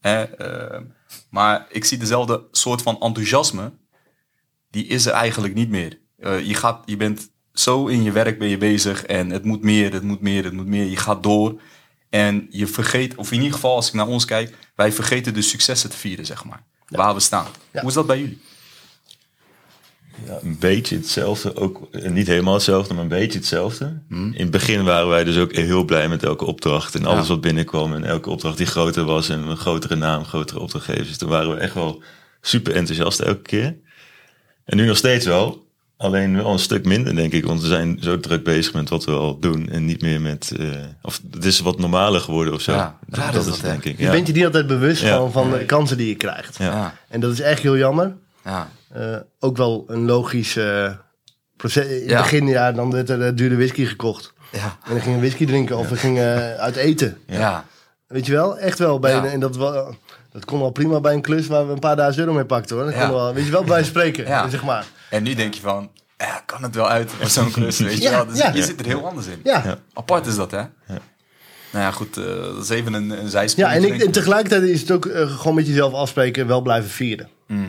Maar ik zie dezelfde soort van enthousiasme. Die is er eigenlijk niet meer. Je bent zo in je werk ben je bezig. En het moet meer, het moet meer, het moet meer. Je gaat door. En je vergeet, of in ieder geval als ik naar ons kijk, wij vergeten de successen te vieren, zeg maar. Ja. Waar we staan. Ja. Hoe is dat bij jullie? Ja, een beetje hetzelfde. Ook niet helemaal hetzelfde, maar een beetje hetzelfde. In het begin waren wij dus ook heel blij met elke opdracht. En alles wat binnenkwam. En elke opdracht die groter was. En een grotere naam, grotere opdrachtgevers. Toen waren we echt wel super enthousiast elke keer. En nu nog steeds wel. Alleen wel een stuk minder, denk ik. Want we zijn zo druk bezig met wat we al doen. En niet meer met... of het is wat normaler geworden of zo. Ja, dat is denk ik. Je bent je niet altijd bewust van de kansen die je krijgt. Ja. En dat is echt heel jammer. Ja. Ook wel een logisch proces. In het begin, dan werd er dure whisky gekocht. Ja. En dan gingen we whisky drinken of we gingen uit eten. Ja. Weet je wel? Echt wel. En dat kon wel prima bij een klus waar we een paar duizend euro mee pakten, hoor. Dat kon wel, weet je wel, bij spreken, zeg maar. En nu denk je van, kan het wel uit voor zo'n klus, weet je wel. Dus je zit er heel anders in. Ja. Apart is dat, hè? Ja. Nou ja, goed, dat is even een zijsprong. Ja, en tegelijkertijd is het ook gewoon met jezelf afspreken en wel blijven vieren.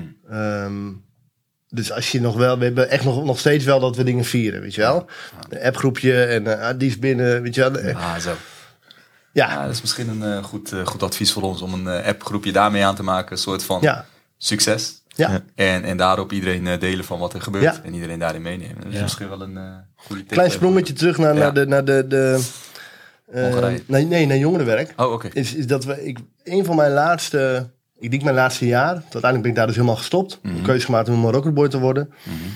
Dus als je nog wel, we hebben echt nog steeds wel dat we dingen vieren, weet je wel. Een appgroepje en die is binnen, weet je wel. Zo. Ja, dat is misschien een goed advies voor ons om een appgroepje daarmee aan te maken. Een soort van succes. Ja. En daarop iedereen delen van wat er gebeurt. Ja. En iedereen daarin meenemen. Dat is misschien wel een goede tip. Klein sprongetje terug naar de naar jongerenwerk. Oh, oké. Is dat een van mijn laatste... Ik denk mijn laatste jaar. Uiteindelijk ben ik daar dus helemaal gestopt. Een keuze gemaakt om een Rockerboy te worden.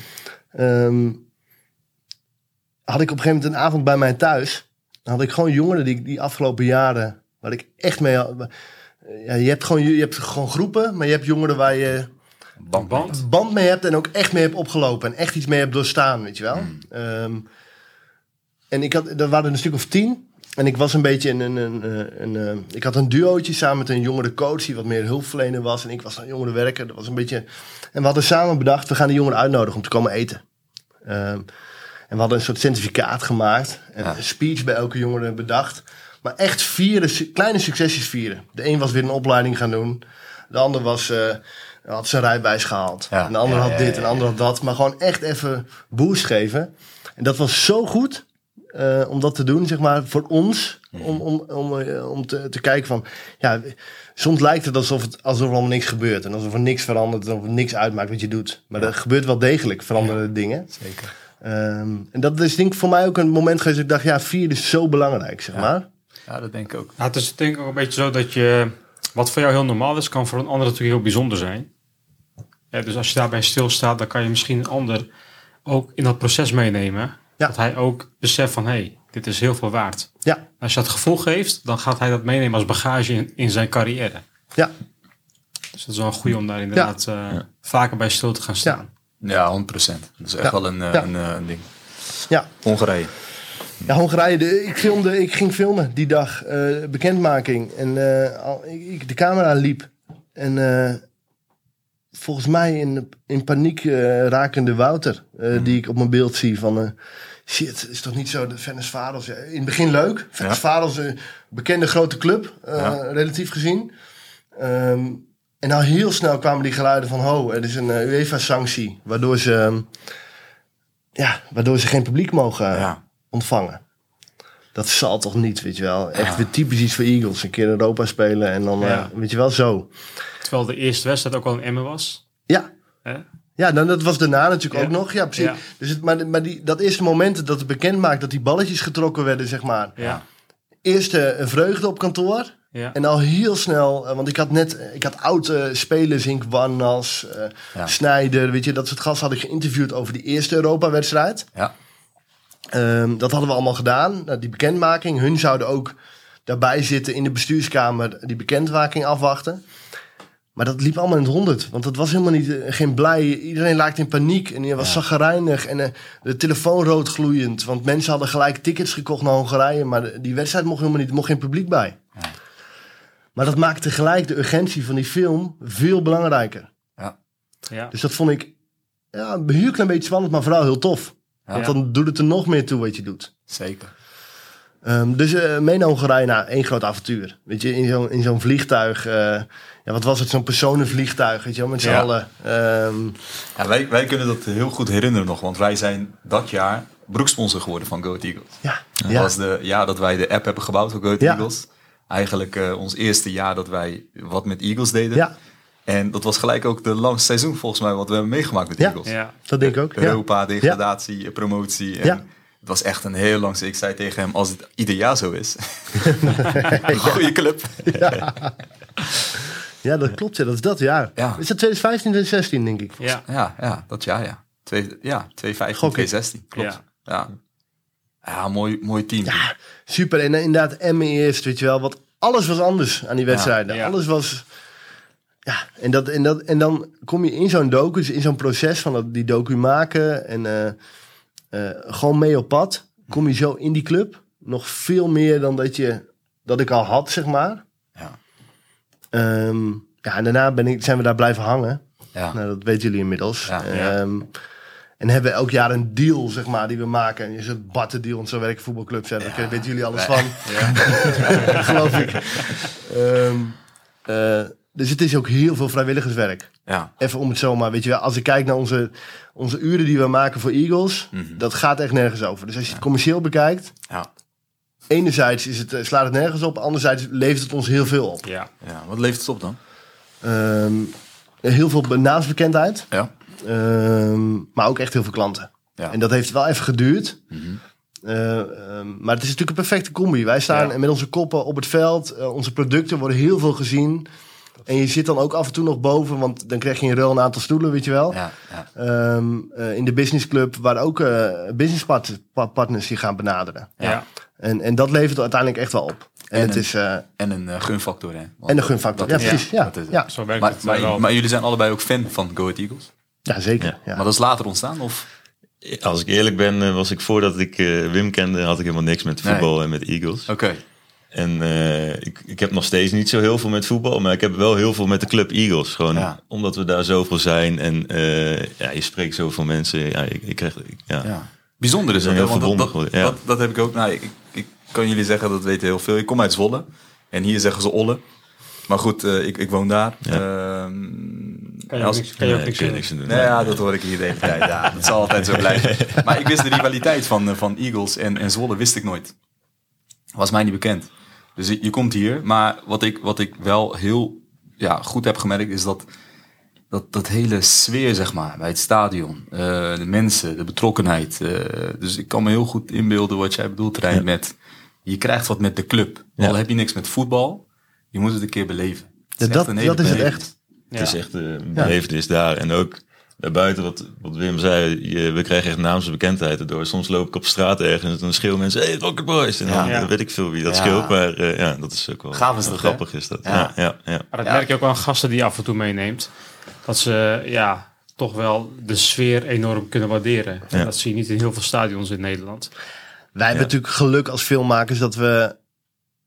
Had ik op een gegeven moment een avond bij mij thuis. Dan had ik gewoon jongeren die afgelopen jaren... Waar ik echt mee... je hebt gewoon groepen. Maar je hebt jongeren waar je... band mee hebt en ook echt mee hebt opgelopen. En echt iets mee hebt doorstaan, weet je wel. En er waren een stuk of 10... En ik was een beetje ik had een duootje samen met een jongere coach die wat meer hulpverlener was. En ik was een jongere werker. Dat was een beetje... En we hadden samen bedacht, we gaan de jongeren uitnodigen om te komen eten. En we hadden een soort certificaat gemaakt. En een speech bij elke jongere bedacht. Maar echt vieren, kleine succesjes vieren. De een was weer een opleiding gaan doen. De ander had zijn rijbewijs gehaald. Ja. En de ander had dit en de ander had dat. Maar gewoon echt even boost geven. En dat was zo goed... om dat te doen, zeg maar, voor ons. Om te kijken van... Ja, soms lijkt het alsof er allemaal niks gebeurt. En alsof er niks verandert. En of er niks uitmaakt wat je doet. Maar er gebeurt wel degelijk veranderde dingen. Zeker. En dat is denk ik voor mij ook een moment geweest... dat ik dacht, vier is zo belangrijk, zeg maar. Ja, dat denk ik ook. Ja, het is denk ik ook een beetje zo dat je... Wat voor jou heel normaal is, kan voor een ander natuurlijk heel bijzonder zijn. Ja, dus als je daarbij stilstaat... dan kan je misschien een ander ook in dat proces meenemen... Ja. Dat hij ook beseft van, dit is heel veel waard. Ja. Als je dat gevoel geeft, dan gaat hij dat meenemen als bagage in zijn carrière. Ja. Dus dat is wel een goeie om daar inderdaad vaker bij stil te gaan staan. Ja, 100%. Dat is echt wel een ding. Ja. Hongarije. Ja, Hongarije. Ik ging filmen die dag. Bekendmaking. En de camera liep. En volgens mij in paniek rakende Wouter. Die ik op mijn beeld zie van... shit, is toch niet zo de Ferencváros? In het begin leuk. Ferencváros, een bekende grote club, relatief gezien. En nou heel snel kwamen die geluiden van... er is een UEFA-sanctie, waardoor ze geen publiek mogen ontvangen. Dat zal toch niet, weet je wel. Echt weer typisch iets voor Eagles. Een keer in Europa spelen en dan, weet je wel, zo. Terwijl de eerste wedstrijd ook al in Emmen was. Ja. Ja, dan, dat was daarna natuurlijk ook nog. Ja, precies. Ja. Dus dat eerste moment dat het bekend maakt dat die balletjes getrokken werden, zeg maar. Ja. Eerst een vreugde op kantoor. Ja. En al heel snel, want ik had oude spelers, Hink Warnas, Snijder, weet je, dat soort gasten had ik geïnterviewd over die eerste Europa-wedstrijd. Ja. Dat hadden we allemaal gedaan. Nou, die bekendmaking, hun zouden ook daarbij zitten in de bestuurskamer, die bekendmaking afwachten. Maar dat liep allemaal in het 100. Want dat was helemaal geen blij. Iedereen raakte in paniek. En je was chagrijnig. En de telefoon rood gloeiend. Want mensen hadden gelijk tickets gekocht naar Hongarije. Maar die wedstrijd mocht helemaal niet. Er mocht geen publiek bij. Ja. Maar dat maakte tegelijk de urgentie van die film veel belangrijker. Ja. Dus dat vond ik een heel klein beetje spannend. Maar vooral heel tof. Ja. Want dan doet het er nog meer toe wat je doet. Zeker. Dus mee naar Hongarije, één groot avontuur. Weet je, in zo'n vliegtuig... wat was het? Zo'n personenvliegtuig, weet je wel, met z'n allen. Wij kunnen dat heel goed herinneren nog. Want wij zijn dat jaar broeksponsor geworden van Go Ahead Eagles. Ja. Dat was de jaar dat wij de app hebben gebouwd voor Go Ahead Eagles. Eigenlijk ons eerste jaar dat wij wat met Eagles deden. Ja. En dat was gelijk ook de langste seizoen volgens mij wat we hebben meegemaakt met Eagles. Ja, dat denk ik ook. Europa, degradatie, promotie. En het was echt een heel lang... Ik zei tegen hem, als het ieder jaar zo is. Een goede club. Ja, dat klopt. Ja. Dat is dat jaar. Ja. Is dat 2015, 2016, denk ik? Ja, dat jaar, ja. 2015, 2016. Klopt. Ja, mooi team. Ja, super. En inderdaad, Emmen eerst, weet je wel. Want alles was anders aan die wedstrijden. Ja. Alles was... Ja, en dan kom je in zo'n docu, dus in zo'n proces van die docu maken en gewoon mee op pad. Kom je zo in die club. Nog veel meer dan dat ik al had, zeg maar. Ja. En daarna zijn we daar blijven hangen. Ja. Nou, dat weten jullie inmiddels. Ja. En hebben we elk jaar een deal, zeg maar, die we maken. En je zegt Batten deal, want zo werken voetbalclubs. Daar weten jullie alles van. Ja. Geloof ik. Dus het is ook heel veel vrijwilligerswerk. Ja. Even om het zomaar, weet je wel. Als ik kijk naar onze uren die we maken voor Eagles, dat gaat echt nergens over. Dus als je het commercieel bekijkt, enerzijds slaat het nergens op, anderzijds levert het ons heel veel op. Ja. Wat levert het op dan? Heel veel naamsbekendheid, maar ook echt heel veel klanten. Ja. En dat heeft wel even geduurd. Maar het is natuurlijk een perfecte combi. Wij staan met onze koppen op het veld. Onze producten worden heel veel gezien. En je zit dan ook af en toe nog boven, want dan krijg je in ruil een aantal stoelen, weet je wel. Ja. In de businessclub, waar ook businesspartners je gaan benaderen. Ja. En dat levert uiteindelijk echt wel op. En een gunfactor, hè? En een gunfactor, precies. Ja. Zo werkt het wel. Maar jullie zijn allebei ook fan van Go Ahead Eagles? Ja, zeker. Ja. Maar dat is later ontstaan, of... Als ik eerlijk ben, was ik voordat ik Wim kende, had ik helemaal niks met voetbal en met Eagles. Oké. En ik heb nog steeds niet zo heel veel met voetbal, maar ik heb wel heel veel met de club Eagles. Gewoon omdat we daar zoveel zijn en je spreekt zoveel mensen. Ja, ik krijg... Bijzonder is dat, heel verbonden. Dat heb ik ook. Nou, ik kan jullie zeggen, dat weten heel veel. Ik kom uit Zwolle en hier zeggen ze Olle. Maar goed, ik woon daar. Ja. Kan je ook niks doen? Nee, dat hoor ik hier de hele tijd. Ja, dat zal altijd zo blijven. Maar ik wist de rivaliteit van Eagles en Zwolle wist ik nooit. Was mij niet bekend. Dus je komt hier. Maar wat ik wel heel goed heb gemerkt is dat hele sfeer, zeg maar, bij het stadion. De mensen, de betrokkenheid. Dus ik kan me heel goed inbeelden wat jij bedoelt, Rijn, met... Je krijgt wat met de club. Al heb je niks met voetbal, je moet het een keer beleven. Dat is het echt. Het is echt een belevenis daar. En ook daarbuiten, wat Wim zei, we krijgen echt naamsbekendheid erdoor. Soms loop ik op straat ergens en dan schreeuwen mensen, hey, Rocket Boys. En dan weet ik veel wie dat scheelt. Maar dat is ook wel gaaf is dat, grappig. Is dat. Ja. Maar dat merk je ook aan gasten die je af en toe meeneemt. Dat ze toch wel de sfeer enorm kunnen waarderen. En dat zie je niet in heel veel stadions in Nederland. Wij hebben natuurlijk geluk als filmmakers dat we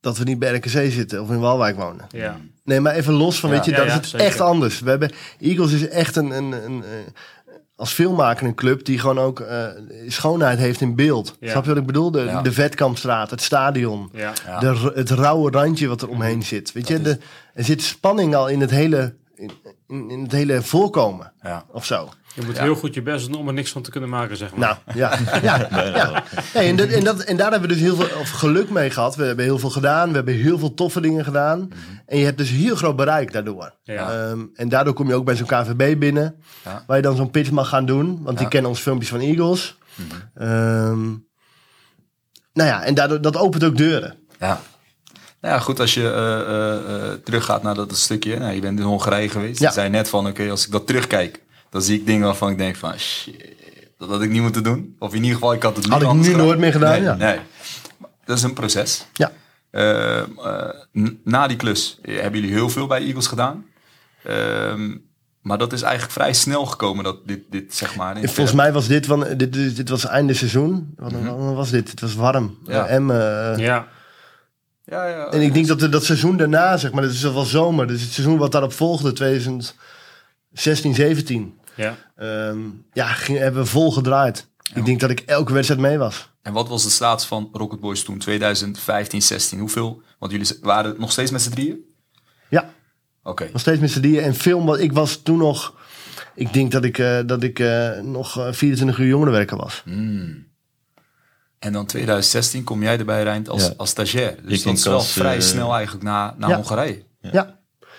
dat we niet bij RKC zitten of in Waalwijk wonen. Ja. Nee, maar even los van, dat is het zeker. echt anders. Eagles is echt een als filmmaker een club die gewoon ook schoonheid heeft in beeld. Ja. Snap je wat ik bedoel? De Vetkampstraat, het stadion, Ja. het rauwe randje wat er omheen zit. Weet je, er zit spanning al in het hele, in het hele voorkomen of zo. Je moet heel goed je best doen om er niks van te kunnen maken, zeg maar. Nou, ja. Hey, en daar hebben we dus heel veel geluk mee gehad. We hebben heel veel gedaan. We hebben heel veel toffe dingen gedaan. Mm-hmm. En je hebt dus heel groot bereik daardoor. Ja. En daardoor kom je ook bij zo'n KNVB binnen. Ja. Waar je dan zo'n pitch mag gaan doen. Want die kennen ons filmpjes van Eagles. Mm-hmm. En daardoor, dat opent ook deuren. Ja. Nou ja, goed, als je teruggaat naar dat stukje. Nou, je bent in Hongarije geweest. Je zei net van, oké, als ik dat terugkijk... Dan zie ik dingen waarvan ik denk van... Shit, dat had ik niet moeten doen. Of in ieder geval, ik had het niet had ik nu nooit meer gedaan, Nee. Dat is een proces. Ja. Na die klus hebben jullie heel veel bij Eagles gedaan. Maar dat is eigenlijk vrij snel gekomen. Dat dit zeg maar... Volgens mij was dit was einde seizoen. Wat was dit? Het was warm. Ja. Ja. Ja. En ik denk dat seizoen daarna, zeg maar... Dat is wel zomer. Dus het seizoen wat daarop volgde, 2016, 17... hebben we vol gedraaid. Ja. Ik denk dat ik elke wedstrijd mee was. En wat was de status van Rocket Boys toen, 2015, 16? Hoeveel? Want jullie waren nog steeds met z'n drieën? Ja. Oké. Nog steeds met z'n drieën. En film, ik was toen nog... Ik denk dat ik nog 24 uur jongerenwerker was. En dan 2016 kom jij erbij, Reind, als stagiair. Dus dat is wel vrij snel eigenlijk naar Hongarije. Ja.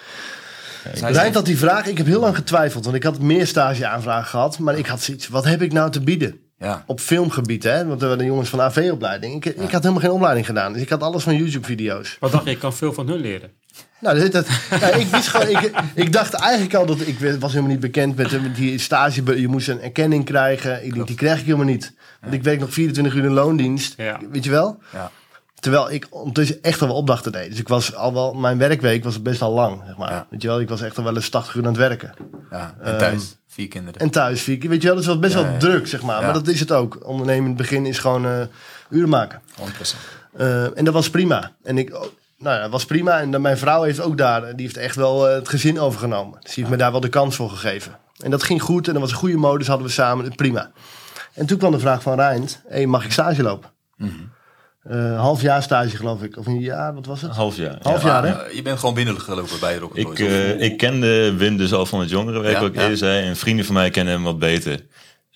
Reind had die vraag, ik heb heel lang getwijfeld, want ik had meer stageaanvragen gehad, maar ik had zoiets, wat heb ik nou te bieden? Ja. Op filmgebied, hè? Want we waren de jongens van AV-opleiding. Ik had helemaal geen opleiding gedaan, dus ik had alles van YouTube-video's. Wat dacht je, ik kan veel van hun leren? Nou, ik wist gewoon, ik dacht eigenlijk al dat ik was helemaal niet bekend met die stage. Je moest een erkenning krijgen. Ik denk, die krijg ik helemaal niet. Want ik werk nog 24 uur in loondienst. Ja. Weet je wel? Ja. Terwijl ik ondertussen echt al wel opdrachten deed. Dus ik was al wel, mijn werkweek was best al lang, zeg maar. Ja. Weet je wel, ik was echt al wel eens 80 uur aan het werken. Ja, en thuis 4 kinderen. En thuis 4 kinderen. Weet je wel, dat is best wel druk, zeg maar. Ja. Maar dat is het ook. Ondernemen in het begin is gewoon uren maken. 100%. En dat was prima. En dat was prima. En mijn vrouw heeft ook die heeft echt wel het gezin overgenomen. Dus die heeft me daar wel de kans voor gegeven. En dat ging goed. En dat was een goede modus, hadden we samen. Prima. En toen kwam de vraag van Reind, mag ik stage lopen? Mm-hmm. Half jaar stage, geloof ik. Of een jaar, wat was het? Half jaar. Half jaar, hè? Je bent gewoon binnengelopen bij Rocket Boys. Ik kende Wim dus al van het jongerenwerk, wat ik eerder zei. En vrienden van mij kennen hem wat beter.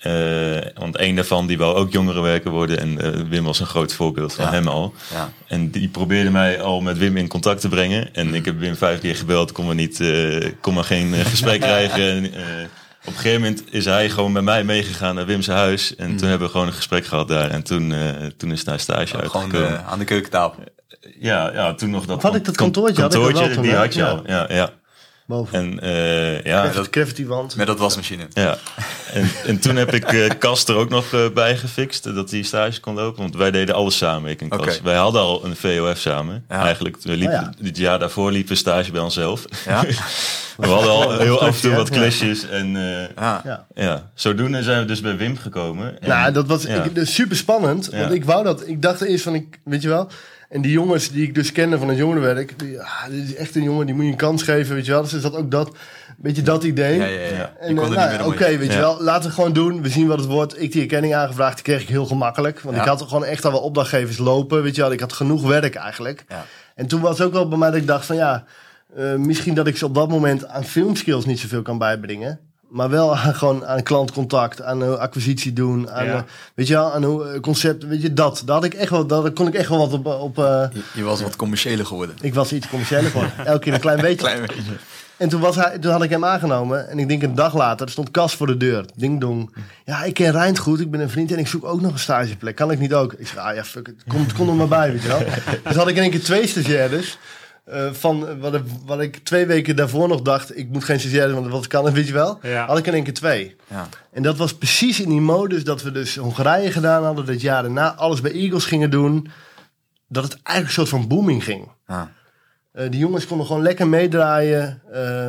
Want één daarvan, die wou ook jongerenwerker worden. En Wim was een groot voorbeeld van hem al. Ja. En die probeerde mij al met Wim in contact te brengen. En ik heb Wim 5 keer gebeld. Kon maar geen gesprek krijgen. Op een gegeven moment is hij gewoon met mij meegegaan naar Wim's huis. En toen hebben we gewoon een gesprek gehad daar. En toen is daar stage uitgekomen. Gewoon aan de keukentafel. Ja, toen nog dat... Had ik dat kantoortje? Die had je al. Ja. Boven. En dat graffiti-wand. Met dat wasmachine. Ja. En toen heb ik Kas er ook nog bij gefixt. Dat hij stage kon lopen. Want wij deden alles samen, ik en Kas. Okay. Wij hadden al een VOF samen. Ja. Eigenlijk, dit jaar daarvoor liepen we stage bij onszelf. Ja? We hadden al heel af en toe wat clashes. En zodoende zijn we dus bij Wim gekomen. En, dat was super spannend. Want ik dacht eerst van, weet je wel... En die jongens die ik dus kende van het jongerenwerk, dit is echt een jongen, die moet je een kans geven, weet je wel. Dus is dat ook dat, beetje dat idee. Ja. En oké, weet je wel, laten we gewoon doen. We zien wat het wordt. Ik die erkenning aangevraagd, die kreeg ik heel gemakkelijk. Want ik had gewoon echt al wel opdrachtgevers lopen, weet je wel. Ik had genoeg werk eigenlijk. Ja. En toen was het ook wel bij mij dat ik dacht van misschien dat ik ze op dat moment aan filmskills niet zoveel kan bijbrengen. Maar wel aan klantcontact, aan acquisitie doen, aan, weet je wel, aan concept, weet je, dat had ik echt wel, daar kon ik echt wel wat op je was wat commerciëler geworden. Ik was iets commerciëler geworden, elke keer een klein beetje. En toen had ik hem aangenomen en ik denk een dag later, er stond Kas voor de deur, ding dong. Ja, ik ken Reind goed, ik ben een vriend en ik zoek ook nog een stageplek, kan ik niet ook? Ik zei, fuck it, kom er maar bij, weet je wel. Dus had ik in één keer 2 stagiaires. Van wat ik 2 weken daarvoor nog dacht, ik moet geen stagiaire, want wat kan het, weet je wel. Ja. Had ik in één keer 2. Ja. En dat was precies in die modus dat we dus Hongarije gedaan hadden, dat jaar daarna alles bij Eagles gingen doen. Dat het eigenlijk een soort van booming ging. Ja. Die jongens konden gewoon lekker meedraaien.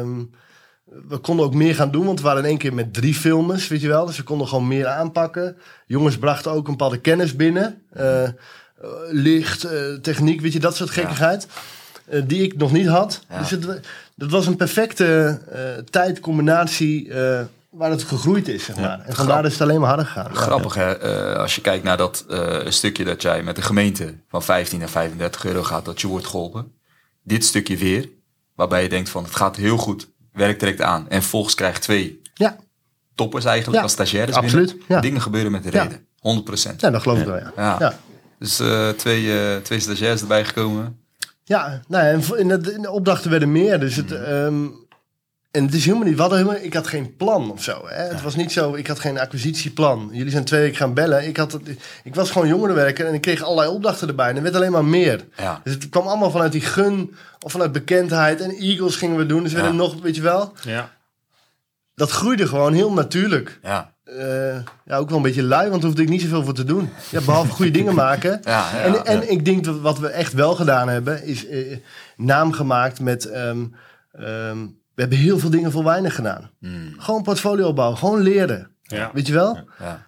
We konden ook meer gaan doen, want we waren in één keer met 3 filmers, weet je wel. Dus we konden gewoon meer aanpakken. Jongens brachten ook een bepaalde kennis binnen. licht, techniek, weet je, dat soort gekkigheid. Die ik nog niet had. Ja. Dus dat was een perfecte tijdcombinatie waar het gegroeid is, zeg maar. En vandaar is het alleen maar harder gegaan. Grappig, hè? Als je kijkt naar dat stukje dat jij met de gemeente van 15 naar 35 euro gaat, dat je wordt geholpen. Dit stukje weer, waarbij je denkt van, het gaat heel goed, werk trekt aan. En volgens krijg je 2 toppers eigenlijk, als stagiaires absoluut. binnen. Dingen gebeuren met de reden. 100%. Ja, dat geloof ik wel, ja. Dus 2 stagiaires erbij gekomen. Ja, nou, en de opdrachten werden meer. Dus en het is helemaal niet... ik had geen plan of zo. Hè? Het was niet zo, ik had geen acquisitieplan. Jullie zijn 2 weken gaan bellen. Ik was gewoon jongerenwerker en ik kreeg allerlei opdrachten erbij. En er werd alleen maar meer. Ja. Dus het kwam allemaal vanuit die gun of vanuit bekendheid. En Eagles gingen we doen. Dus we werden nog, weet je wel... Ja. Dat groeide gewoon heel natuurlijk. Ja. Ook wel een beetje lui, want daar hoefde ik niet zoveel voor te doen. Ja, behalve goede dingen maken. En ik denk dat wat we echt wel gedaan hebben, is naam gemaakt met... we hebben heel veel dingen voor weinig gedaan. Gewoon portfolio bouwen, gewoon leren. Ja. Weet je wel? Ja.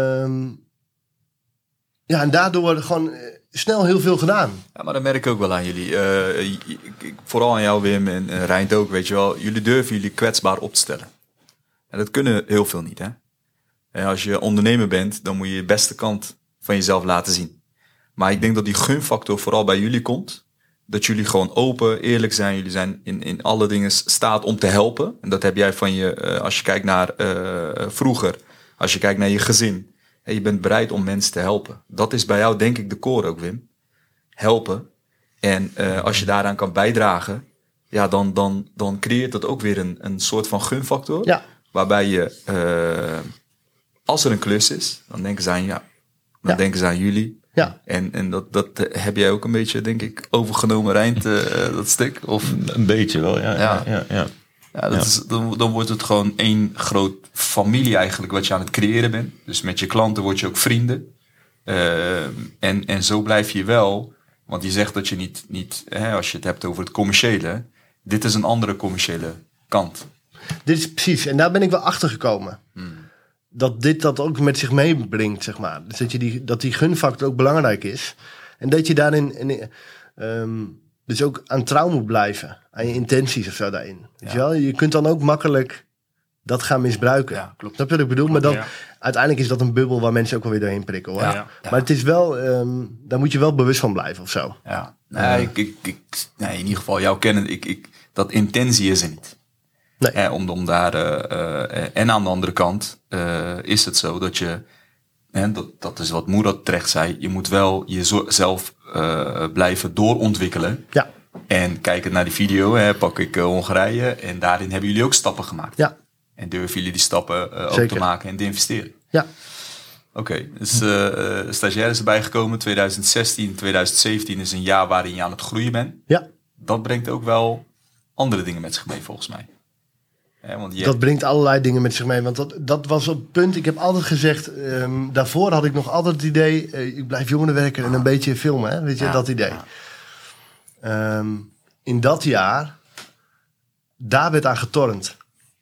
En daardoor gewoon snel heel veel gedaan. Ja, maar dat merk ik ook wel aan jullie. Vooral aan jou, Wim, en Reint ook, weet je wel. Jullie durven jullie kwetsbaar op te stellen. En dat kunnen heel veel niet, hè? En als je ondernemer bent, dan moet je je beste kant van jezelf laten zien. Maar ik denk dat die gunfactor vooral bij jullie komt. Dat jullie gewoon open, eerlijk zijn. Jullie zijn in alle dingen staat om te helpen. En dat heb jij van je, als je kijkt naar vroeger. Als je kijkt naar je gezin. En je bent bereid om mensen te helpen. Dat is bij jou denk ik de core ook, Wim. Helpen. En als je daaraan kan bijdragen. Ja, dan creëert dat ook weer een soort van gunfactor. Ja. Waarbij je, als er een klus is, dan denken ze aan jou. Dan denken ze aan jullie. Ja. En dat heb jij ook een beetje, denk ik, overgenomen, Reint, dat stuk? Of een beetje wel, ja. Dan wordt het gewoon één groot familie eigenlijk wat je aan het creëren bent. Dus met je klanten word je ook vrienden. En zo blijf je wel, want je zegt dat je niet als je het hebt over het commerciële, dit is een andere commerciële kant. Dit is precies, en daar ben ik wel achter gekomen. Dat dit dat ook met zich meebrengt, zeg maar. Dus dat die gunfactor ook belangrijk is. En dat je daarin dus ook aan trouw moet blijven. Aan je intenties of zo daarin. Weet je wel? Je kunt dan ook makkelijk dat gaan misbruiken. Ja, klopt. Dat is wat ik bedoel. Maar uiteindelijk is dat een bubbel waar mensen ook wel weer doorheen prikken. Hoor. Ja. Maar het is wel, daar moet je wel bewust van blijven of zo. Ja. In ieder geval jou kennen. Dat intentie is er niet. Nee. Om daar, en aan de andere kant is het zo dat je, dat is wat Moerad terecht zei, je moet wel jezelf blijven doorontwikkelen. Ja. En kijkend naar die video, pak ik Hongarije en daarin hebben jullie ook stappen gemaakt. Ja. En durven jullie die stappen ook te maken en te investeren. Ja. Oké, dus stagiaires erbij gekomen, 2016, 2017 is een jaar waarin je aan het groeien bent. Ja. Dat brengt ook wel andere dingen met zich mee volgens mij. Dat brengt allerlei dingen met zich mee. Want dat was op het punt. Ik heb altijd gezegd. Daarvoor had ik nog altijd het idee. Ik blijf jongerenwerker en een beetje filmen. Hè? Weet je, dat idee. Ja. In dat jaar. Daar werd aan getornd.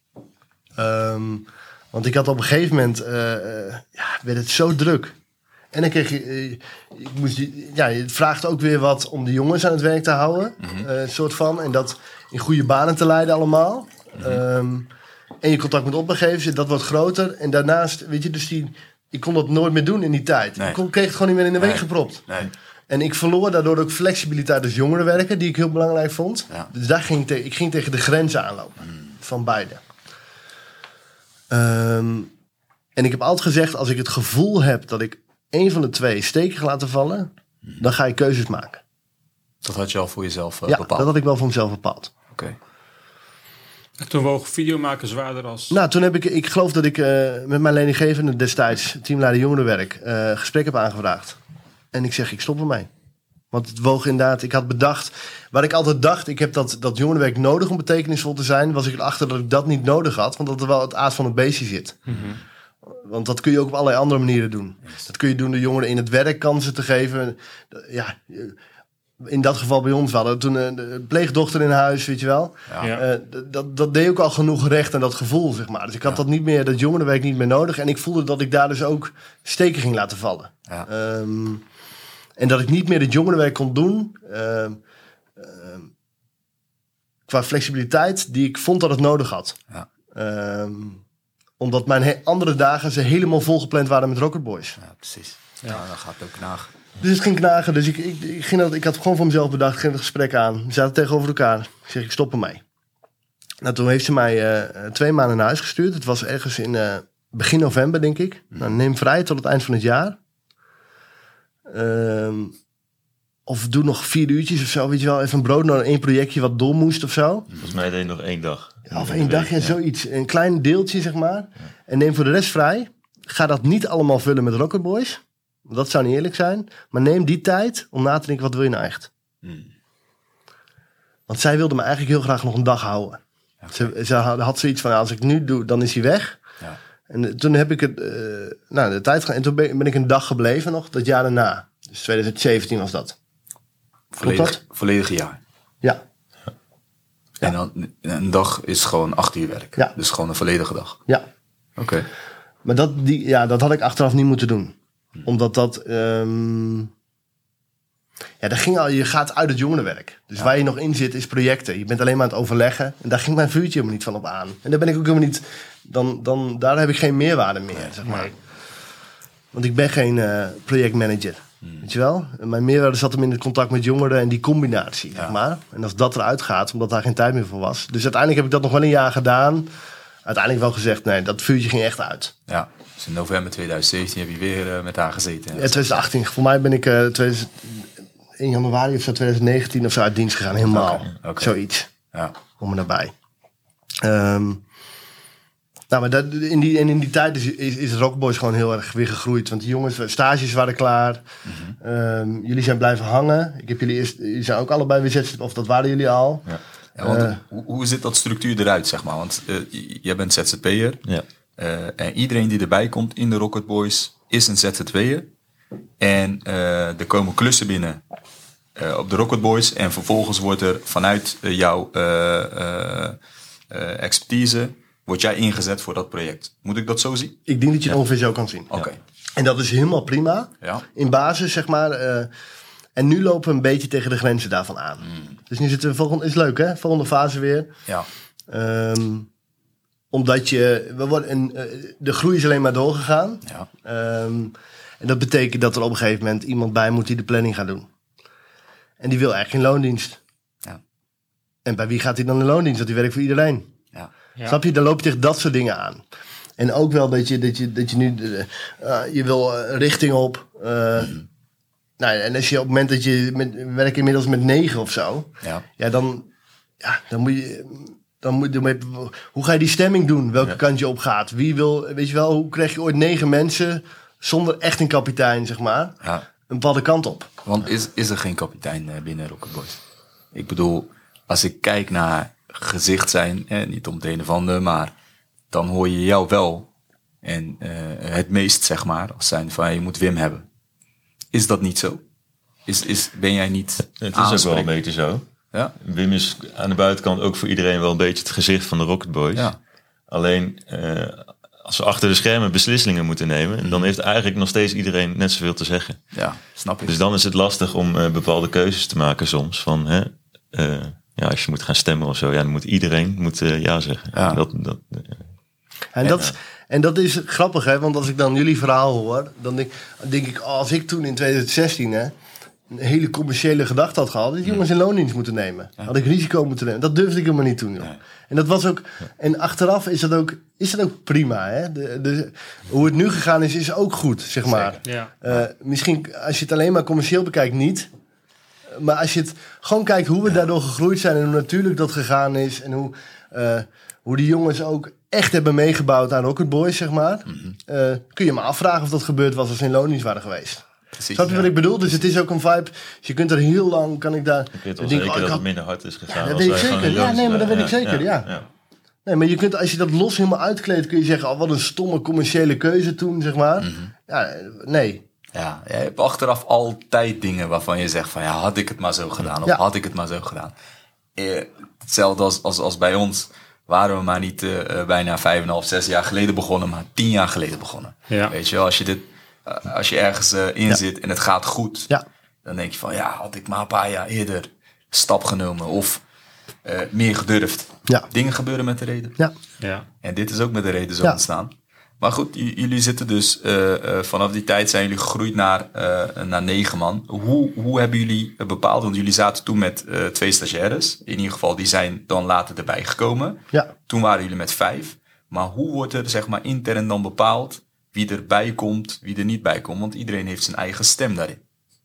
Want ik had op een gegeven moment. Werd het zo druk. En dan kreeg je. Het vraagt ook weer wat om de jongens aan het werk te houden. Soort van. En dat in goede banen te leiden allemaal. En je contact met opdrachtgevers, dat wordt groter. En daarnaast, weet je, dus ik kon dat nooit meer doen in die tijd. Nee. Ik kreeg het gewoon niet meer in de week gepropt. Nee. En ik verloor daardoor ook flexibiliteit als jongerenwerker, die ik heel belangrijk vond. Ja. Dus daar ik ging tegen de grenzen aanlopen. Van beide. En ik heb altijd gezegd, als ik het gevoel heb dat ik één van de 2 steken ga laten vallen, dan ga ik keuzes maken. Dat had je al voor jezelf bepaald? Ja, dat had ik wel voor mezelf bepaald. Oké. En toen woog video maken zwaarder als... Nou, toen heb ik geloof dat ik met mijn leidinggevende destijds, teamleider jongerenwerk, gesprek heb aangevraagd. En ik zeg, ik stop ermee. Want het woog inderdaad, ik had bedacht, waar ik altijd dacht, ik heb dat jongerenwerk nodig om betekenisvol te zijn, was ik erachter dat ik dat niet nodig had, want dat er wel het aard van het beestje zit. Mm-hmm. Want dat kun je ook op allerlei andere manieren doen. Dat kun je doen door jongeren in het werk kansen te geven. Ja, in dat geval bij ons, we hadden toen een pleegdochter in huis, weet je wel. Ja. Dat deed ook al genoeg recht aan dat gevoel, zeg maar. Dus ik had dat niet meer, dat jongerenwerk niet meer nodig. En ik voelde dat ik daar dus ook steken ging laten vallen. Ja. En dat ik niet meer het jongerenwerk kon doen. Qua flexibiliteit die ik vond dat het nodig had. Ja. Omdat mijn andere dagen ze helemaal volgepland waren met Rocket Boys. Ja, precies. Ja, dan gaat het ook knagen. Dus het ging knagen. Dus ik had gewoon voor mezelf bedacht, ging het gesprek aan. We zaten tegenover elkaar. Ik zeg, ik stop ermee. Nou, toen heeft ze mij 2 maanden naar huis gestuurd. Het was ergens in begin november, denk ik. Nou, neem vrij tot het eind van het jaar. Of doe nog 4 uurtjes of zo, weet je wel. Even een brood naar 1 projectje wat door moest of zo. Volgens mij deed je nog 1 dag. Of 1 dag, ja, zoiets. Een klein deeltje, zeg maar. Ja. En neem voor de rest vrij. Ga dat niet allemaal vullen met Rocket Boys. Dat zou niet eerlijk zijn. Maar neem die tijd om na te denken, wat wil je nou echt? Want zij wilde me eigenlijk heel graag nog een dag houden. Okay. Ze had zoiets van, als ik nu doe, dan is hij weg. Ja. En toen heb ik het, de tijd gaan. En toen ben ik een dag gebleven nog, dat jaar daarna. Dus 2017 was dat. Volledige jaar. Ja. En dan een dag is gewoon 8 uur werk. Ja. Dus gewoon een volledige dag. Ja. Oké. Maar dat had ik achteraf niet moeten doen. Omdat dat... je gaat uit het jongerenwerk. Dus waar je nog in zit is projecten. Je bent alleen maar aan het overleggen. En daar ging mijn vuurtje helemaal niet van op aan. En daar ben ik ook helemaal niet... daar heb ik geen meerwaarde meer, zeg maar. Want ik ben geen projectmanager. Weet je wel? En mijn meerwaarde zat hem in het contact met jongeren en die combinatie, zeg maar. En als dat eruit gaat, omdat daar geen tijd meer voor was. Dus uiteindelijk heb ik dat nog wel een jaar gedaan. Uiteindelijk wel gezegd, nee, dat vuurtje ging echt uit. Ja, dus in november 2017 heb je weer met haar gezeten. Ja, 2018. Voor mij ben ik 1 januari of zo 2019 of zo uit dienst gegaan. Helemaal. Okay. Zoiets. Ja. Kom er nabij. Maar in die tijd is Rocket Boys gewoon heel erg weer gegroeid. Want die jongens, stages waren klaar. Jullie zijn blijven hangen. Jullie zijn ook allebei weer ZZP'er, of dat waren jullie al. Ja. Ja, want hoe zit dat structuur eruit, zeg maar? Want jij bent ZZP'er. Ja. En iedereen die erbij komt in de Rocket Boys is een ZZP'er. En er komen klussen binnen op de Rocket Boys. En vervolgens wordt er vanuit jouw expertise... word jij ingezet voor dat project. Moet ik dat zo zien? Ik denk dat je het ongeveer zo kan zien. Oké. Ja. En dat is helemaal prima. Ja. In basis, zeg maar. En nu lopen we een beetje tegen de grenzen daarvan aan. Dus nu zitten we volgende... Is leuk, hè? Volgende fase weer. Ja. Omdat de groei is alleen maar doorgegaan. Ja. En dat betekent dat er op een gegeven moment iemand bij moet die de planning gaat doen. En die wil eigenlijk geen loondienst. Ja. En bij wie gaat hij dan in loondienst? Dat die werkt voor iedereen. Ja. Snap je? Dan loop je tegen dat soort dingen aan. En ook wel dat je nu... je wil richting op... en als je op het moment dat je werkt inmiddels met 9 of zo... Dan moet je... hoe ga je die stemming doen? Welke kant je op gaat? Wie wil... Weet je wel, hoe krijg je ooit 9 mensen... zonder echt een kapitein, zeg maar... een bepaalde kant op? Want is er geen kapitein binnen Rocket Boys? Ik bedoel, als ik kijk naar... gezicht zijn, niet om het een of ander, maar dan hoor je jou wel en het meest, zeg maar, als zijn van je moet Wim hebben. Is dat niet zo? Ben jij niet Het is ook wel een beetje zo. Ja? Wim is aan de buitenkant ook voor iedereen wel een beetje het gezicht van de Rocket Boys. Ja. Alleen als we achter de schermen beslissingen moeten nemen, dan heeft eigenlijk nog steeds iedereen net zoveel te zeggen. Ja, snap ik. Dus dan is het lastig om bepaalde keuzes te maken soms van als je moet gaan stemmen of zo, dan moet iedereen ja zeggen. Ja. En dat is grappig, hè? Want als ik dan jullie verhaal hoor, dan denk ik, als ik toen in 2016 een hele commerciële gedachte had gehad, dat jongens in loondienst moeten nemen. Had ik risico moeten nemen. Dat durfde ik helemaal niet toen, joh. Ja. En dat was ook. En achteraf is dat ook prima, hè? Hoe het nu gegaan is ook goed, zeg maar. Ja. Misschien als je het alleen maar commercieel bekijkt, niet. Maar als je het gewoon kijkt hoe we daardoor gegroeid zijn en hoe natuurlijk dat gegaan is en hoe die jongens ook echt hebben meegebouwd aan Rocket Boys, zeg maar. Kun je me afvragen of dat gebeurd was als ze in loondienst waren geweest. Precies, snap je wat ik bedoel? Dus het is ook een vibe. Dus je kunt er heel lang, kan ik daar... Ik weet wel zeker dat het minder hard is gegaan. Ja, dat weet ik zeker. Ja, nee, maar dat weet ik zeker, ja. Nee, maar je kunt, als je dat los helemaal uitkleedt, kun je zeggen, wat een stomme commerciële keuze toen, zeg maar. Ja, nee. Ja, je hebt achteraf altijd dingen waarvan je zegt van, had ik het maar zo gedaan. Of had ik het maar zo gedaan. Hetzelfde als bij ons. Waren we maar niet bijna 5,5, 6 jaar geleden begonnen, maar 10 jaar geleden begonnen. Ja. Weet je wel, als je ergens in zit en het gaat goed. Ja. Dan denk je van, had ik maar een paar jaar eerder stap genomen of meer gedurfd. Ja. Dingen gebeuren met de reden. Ja. En dit is ook met de reden zo ontstaan. Maar goed, jullie zitten dus, vanaf die tijd zijn jullie gegroeid naar 9 man. Hoe hebben jullie bepaald, want jullie zaten toen met 2 stagiaires. In ieder geval, die zijn dan later erbij gekomen. Ja. Toen waren jullie met 5. Maar hoe wordt er zeg maar intern dan bepaald wie erbij komt, wie er niet bij komt? Want iedereen heeft zijn eigen stem daarin.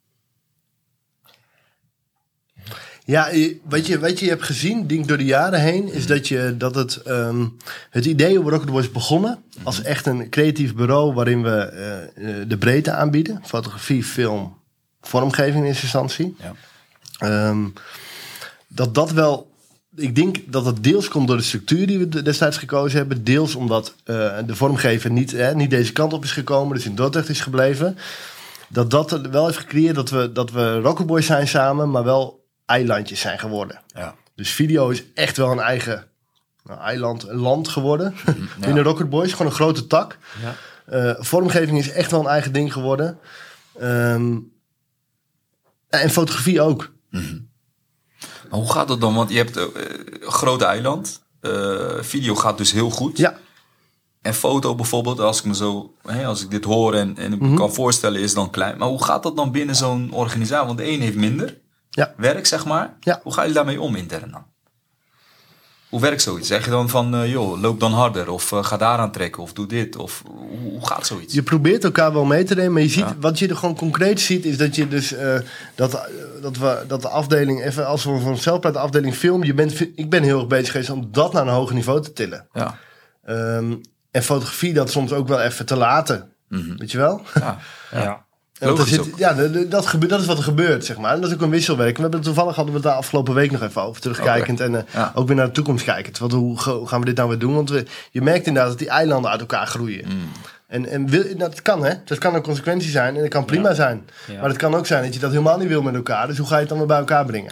Ja, wat je hebt gezien, denk ik door de jaren heen, is dat het idee over Rocket Boys begonnen als echt een creatief bureau waarin we de breedte aanbieden. Fotografie, film, vormgeving in eerste instantie. Ja. Dat wel, ik denk dat het deels komt door de structuur die we destijds gekozen hebben. Deels omdat de vormgever niet deze kant op is gekomen, dus in Dordrecht is gebleven. Dat er wel heeft gecreëerd dat we Rocket Boys zijn samen, maar wel eilandjes zijn geworden. Ja. Dus video is echt wel een eigen eiland, een land geworden. Binnen Rocket Boys, gewoon een grote tak. Ja. Vormgeving is echt wel een eigen ding geworden. En fotografie ook. Mm-hmm. Maar hoe gaat dat dan? Want je hebt een groot eiland. Video gaat dus heel goed. Ja. En foto bijvoorbeeld, als ik dit hoor en ik kan voorstellen, is dan klein. Maar hoe gaat dat dan binnen zo'n organisatie? Want de een heeft minder werk, zeg maar. Ja. Hoe ga je daarmee om intern dan? Hoe werkt zoiets? Zeg je dan van, loop dan harder of ga daaraan trekken of doe dit? Of hoe gaat zoiets? Je probeert elkaar wel mee te nemen, maar je ziet, wat je er gewoon concreet ziet, is dat je dus dat de afdeling, even als we van onszelf praten, de afdeling film, ik ben heel erg bezig geweest om dat naar een hoger niveau te tillen. Ja. En fotografie dat soms ook wel even te laten. Mm-hmm. Weet je wel? Ja. Dat is wat er gebeurt, zeg maar. En dat is ook een wisselwerking. Hadden we het daar afgelopen week nog even over, terugkijkend. En ook weer naar de toekomst kijkend. Want hoe gaan we dit nou weer doen? Want je merkt inderdaad dat die eilanden uit elkaar groeien. En dat kan, hè? Dat kan een consequentie zijn en dat kan prima zijn. Ja. Maar het kan ook zijn dat je dat helemaal niet wil met elkaar. Dus hoe ga je het dan weer bij elkaar brengen?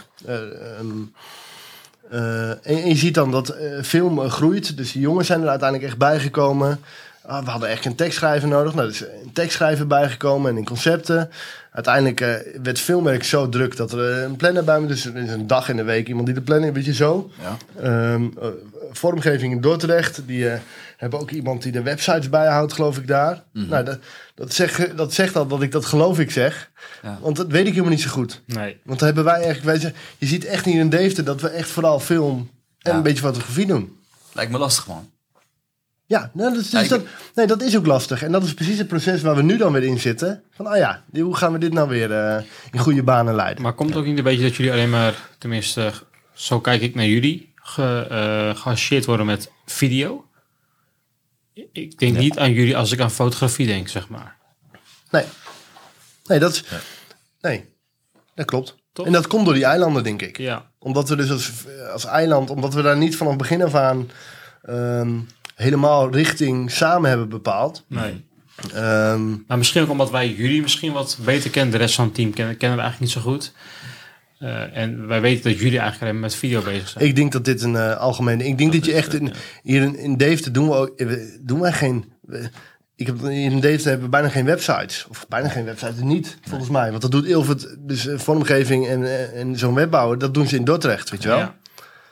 En je ziet dan dat film groeit. Dus die jongens zijn er uiteindelijk echt bijgekomen. We hadden echt een tekstschrijver nodig. Nou, dus een tekstschrijver bijgekomen en in concepten. Uiteindelijk werd filmwerk zo druk dat er een planner bij me... Dus er is een dag in de week iemand die de planning, weet je zo. Ja. Vormgeving in Dordrecht. Die hebben ook iemand die de websites bijhoudt, geloof ik, daar. Mm-hmm. Nou, dat zegt al dat ik dat geloof ik zeg. Ja. Want dat weet ik helemaal niet zo goed. Nee. Want dan hebben wij eigenlijk... Je ziet echt hier in Deventer dat we echt vooral film en een beetje fotografie doen. Lijkt me lastig, man. Ja, dat is ook lastig. En dat is precies het proces waar we nu dan weer in zitten. Van, hoe gaan we dit nou weer in goede banen leiden? Maar komt het ook niet een beetje dat jullie alleen maar, tenminste, zo kijk ik naar jullie, geassocieerd worden met video? Ik denk niet aan jullie als ik aan fotografie denk, zeg maar. Nee, dat klopt. Top. En dat komt door die eilanden, denk ik. Ja. Omdat we dus als eiland, omdat we daar niet vanaf begin af aan... helemaal richting samen hebben bepaald. Nee. Maar misschien ook omdat wij jullie misschien wat beter kennen. De rest van het team kennen we eigenlijk niet zo goed. En wij weten dat jullie eigenlijk alleen met video bezig zijn. Ik denk dat dit een algemene... Ik denk dat je echt... Hier in Deventer doen wij geen... Hier in Deventer hebben we bijna geen websites. Of bijna geen websites, niet, volgens mij. Want dat doet Ilfert, dus vormgeving en zo'n webbouwer. Dat doen ze in Dordrecht, weet je wel? Ja.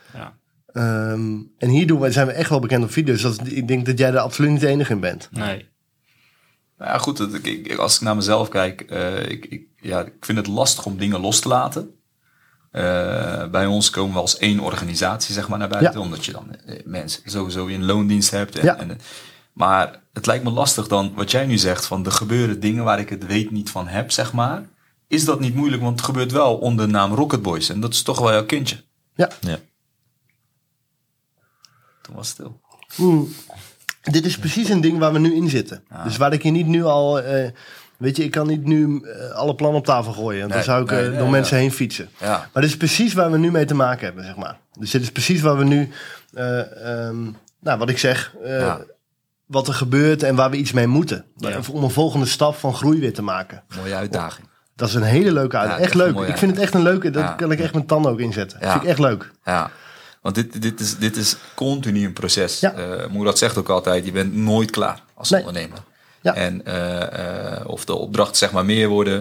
En hier zijn we echt wel bekend op video's. Dus ik denk dat jij er absoluut niet de enige in bent. Nee. Nou ja, goed. Als ik naar mezelf kijk... ik vind het lastig om dingen los te laten. Bij ons komen we als één organisatie zeg maar, naar buiten. Ja. Omdat je dan mensen sowieso in loondienst hebt. Maar het lijkt me lastig dan... Wat jij nu zegt, van er gebeuren dingen waar ik het weet niet van heb, zeg maar. Is dat niet moeilijk? Want het gebeurt wel onder de naam Rocket Boys. En dat is toch wel jouw kindje. Ja. Toen was het stil. Dit is precies een ding waar we nu in zitten. Ja. Dus waar ik je niet nu al... ik kan niet nu alle plannen op tafel gooien. Want dan zou ik door mensen heen fietsen. Ja. Maar dit is precies waar we nu mee te maken hebben, zeg maar. Dus dit is precies waar we nu... wat ik zeg... wat er gebeurt en waar we iets mee moeten. Ja. Om een volgende stap van groei weer te maken. Mooie uitdaging. Dat is een hele leuke uitdaging. Echt leuk. Ik vind het echt een leuke... Daar kan ik echt mijn tanden ook inzetten. Dat vind ik echt leuk. Ja. Want dit is continu een proces. Ja. Moerad zegt ook altijd, je bent nooit klaar als ondernemer. Ja. En of de opdrachten zeg maar meer worden.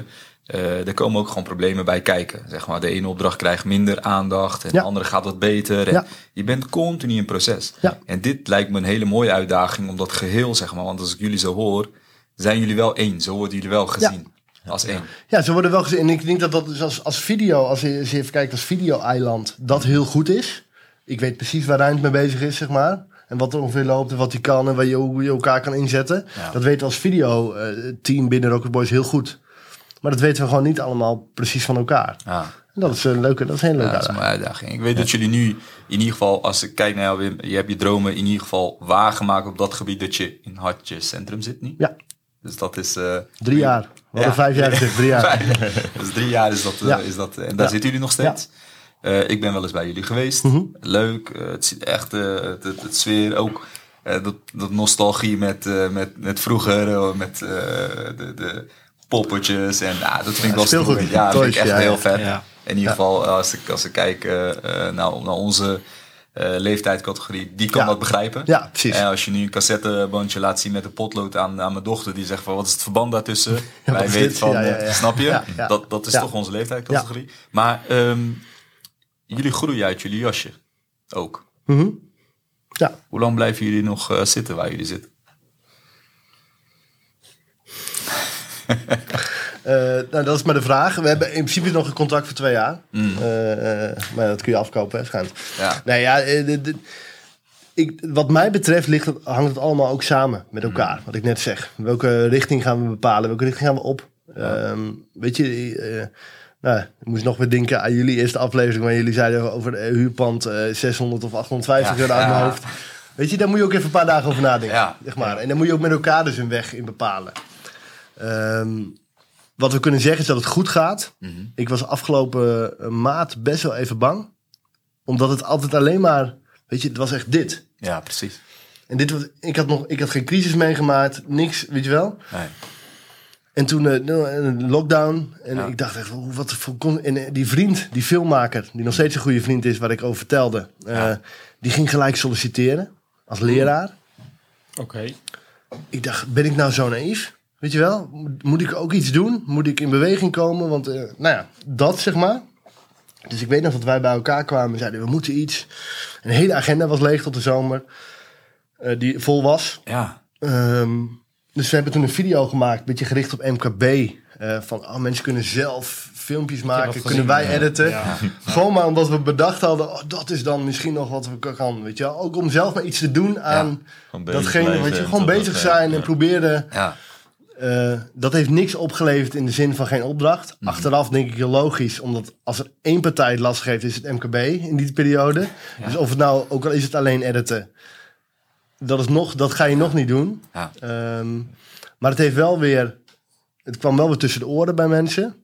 Er komen ook gewoon problemen bij kijken. Zeg maar, de ene opdracht krijgt minder aandacht en de andere gaat wat beter. En je bent continu in proces. Ja. En dit lijkt me een hele mooie uitdaging om dat geheel, zeg maar. Want als ik jullie zo hoor, zijn jullie wel één. Zo worden jullie wel gezien als één. Ja, ze worden wel gezien. En ik denk dat dus als video, als je even kijkt als video-eiland, dat heel goed is. Ik weet precies waar Reint mee bezig is, zeg maar. En wat er ongeveer loopt en wat hij kan en hoe je elkaar kan inzetten. Ja. Dat weten we als video-team binnen Rocket Boys heel goed. Maar dat weten we gewoon niet allemaal precies van elkaar. Ja. En dat is een hele leuke dat is een mooie uitdaging. Ik weet dat jullie nu in ieder geval, als ik kijk naar jou, Wim, je hebt je dromen in ieder geval waargemaakt op dat gebied dat je in Hartje Centrum zit nu. Ja. Dus dat is... 3 jaar. We hadden 5 jaar gezegd, 3 jaar. Dus 3 jaar is dat en daar zitten jullie nog steeds. Ja. Ik ben wel eens bij jullie geweest. Mm-hmm. Leuk. Het ziet echt het sfeer ook. Dat nostalgie met vroeger. Met de poppetjes. En dat vind ik wel speelgoed. Ja, dat vind ik echt heel vet. Ja. In ieder geval, als ik kijk naar onze leeftijdscategorie, die kan dat begrijpen. Ja, precies. En als je nu een cassettebandje laat zien met een potlood aan mijn dochter, die zegt van wat is het verband daartussen? Wij weten van, snap je? Ja. Dat is toch onze leeftijdscategorie. Ja. Maar jullie groeien uit jullie jasje ook. Mm-hmm. Ja. Hoe lang blijven jullie nog zitten waar jullie zitten? Nou, dat is maar de vraag. We hebben in principe nog een contract voor 2 jaar. Maar dat kun je afkopen, hè, schijnt. Ja. Nou ja, wat mij betreft hangt het allemaal ook samen met elkaar. Wat ik net zeg. Welke richting gaan we bepalen? Welke richting gaan we op? Weet je... ik moest nog weer denken aan jullie eerste aflevering... waar jullie zeiden over huurpand 600 of 850 euro uit mijn hoofd. Weet je, daar moet je ook even een paar dagen over nadenken. Zeg maar. En dan moet je ook met elkaar dus een weg in bepalen. Wat we kunnen zeggen is dat het goed gaat. Mm-hmm. Ik was afgelopen maand best wel even bang. Omdat het altijd alleen maar... Weet je, het was echt dit. Ja, precies. En ik had geen crisis meegemaakt. Niks, weet je wel. Nee. En toen een lockdown. En ik dacht echt, wat voor... En die vriend, die filmmaker... die nog steeds een goede vriend is, waar ik over vertelde... die ging gelijk solliciteren. Als leraar. Oké. Ik dacht, ben ik nou zo naïef? Weet je wel? Moet ik ook iets doen? Moet ik in beweging komen? Want, dat zeg maar. Dus ik weet nog dat wij bij elkaar kwamen en zeiden, we moeten iets. Een hele agenda was leeg tot de zomer. Die vol was. Ja. Dus we hebben toen een video gemaakt, een beetje gericht op MKB. Van, mensen kunnen zelf filmpjes maken, kunnen wij editen. Ja. Gewoon maar omdat we bedacht hadden, dat is dan misschien nog wat we kan. Weet je wel? Ook om zelf maar iets te doen aan datgene, weet je, gewoon bezig zijn en proberen... Ja. Dat heeft niks opgeleverd in de zin van geen opdracht. Mm-hmm. Achteraf denk ik heel logisch, omdat als er één partij het lastig heeft, is het MKB in die periode. Ja. Dus of het nou, ook al is het alleen editen, dat ga je nog niet doen. Ja. Maar het kwam wel weer tussen de oren bij mensen.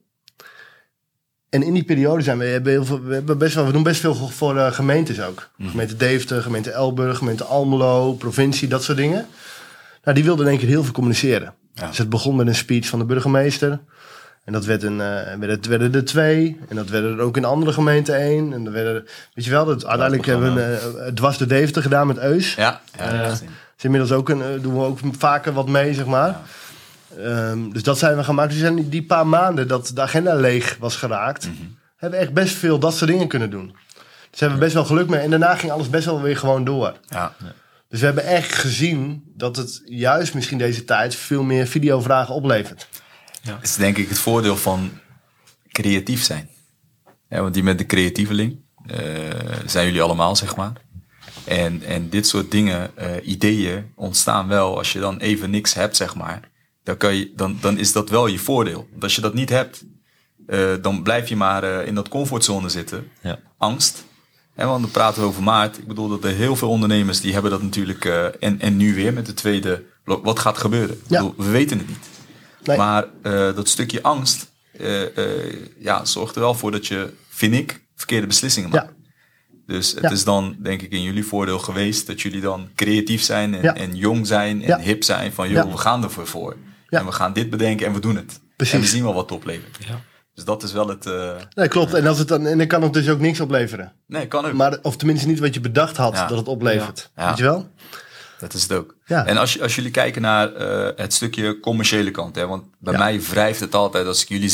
En in die periode we doen best veel voor gemeentes ook. Mm-hmm. Gemeente Deventer, gemeente Elburg, gemeente Almelo, provincie, dat soort dingen. Nou, die wilden in één keer heel veel communiceren. Ja. Dus het begon met een speech van de burgemeester. En dat werden er 2. En dat werden er ook in andere gemeenten 1. En dan weet je wel, uiteindelijk hebben we dwars de Deventer gedaan met Eus. Ja. Is inmiddels ook doen we ook vaker wat mee, zeg maar. Ja. Dus dat zijn we gaan maken. Dus zijn die paar maanden dat de agenda leeg was geraakt, hebben we echt best veel dat soort dingen kunnen doen. Dus hebben we best wel geluk mee. En daarna ging alles best wel weer gewoon door. Ja. Dus we hebben echt gezien dat het juist misschien deze tijd veel meer videovragen oplevert. Ja. Dat is denk ik het voordeel van creatief zijn. Ja, want die met de creatieveling zijn jullie allemaal, zeg maar. En dit soort dingen, ideeën ontstaan wel als je dan even niks hebt, zeg maar. Dan is dat wel je voordeel. Want als je dat niet hebt, dan blijf je maar in dat comfortzone zitten. Ja. Angst. Want dan praten we over maart. Ik bedoel dat er heel veel ondernemers die hebben dat natuurlijk. En nu weer met de tweede. Wat gaat gebeuren? Ik bedoel, we weten het niet. Nee. Maar dat stukje angst zorgt er wel voor dat je, vind ik, verkeerde beslissingen maakt. Ja. Dus het is dan, denk ik, in jullie voordeel geweest dat jullie dan creatief zijn en jong zijn en hip zijn. Van we gaan ervoor voor. Ja. En we gaan dit bedenken en we doen het. Precies. En we zien wel wat het oplevert. Ja. Dus dat is wel het... Nee, klopt. En dan kan het dus ook niks opleveren. Nee, kan ook. Maar, of tenminste niet wat je bedacht had dat het oplevert. Ja. Weet je wel? Dat is het ook. Ja. En als jullie kijken naar het stukje commerciële kant. Hè, want bij mij wrijft het altijd als ik jullie zie.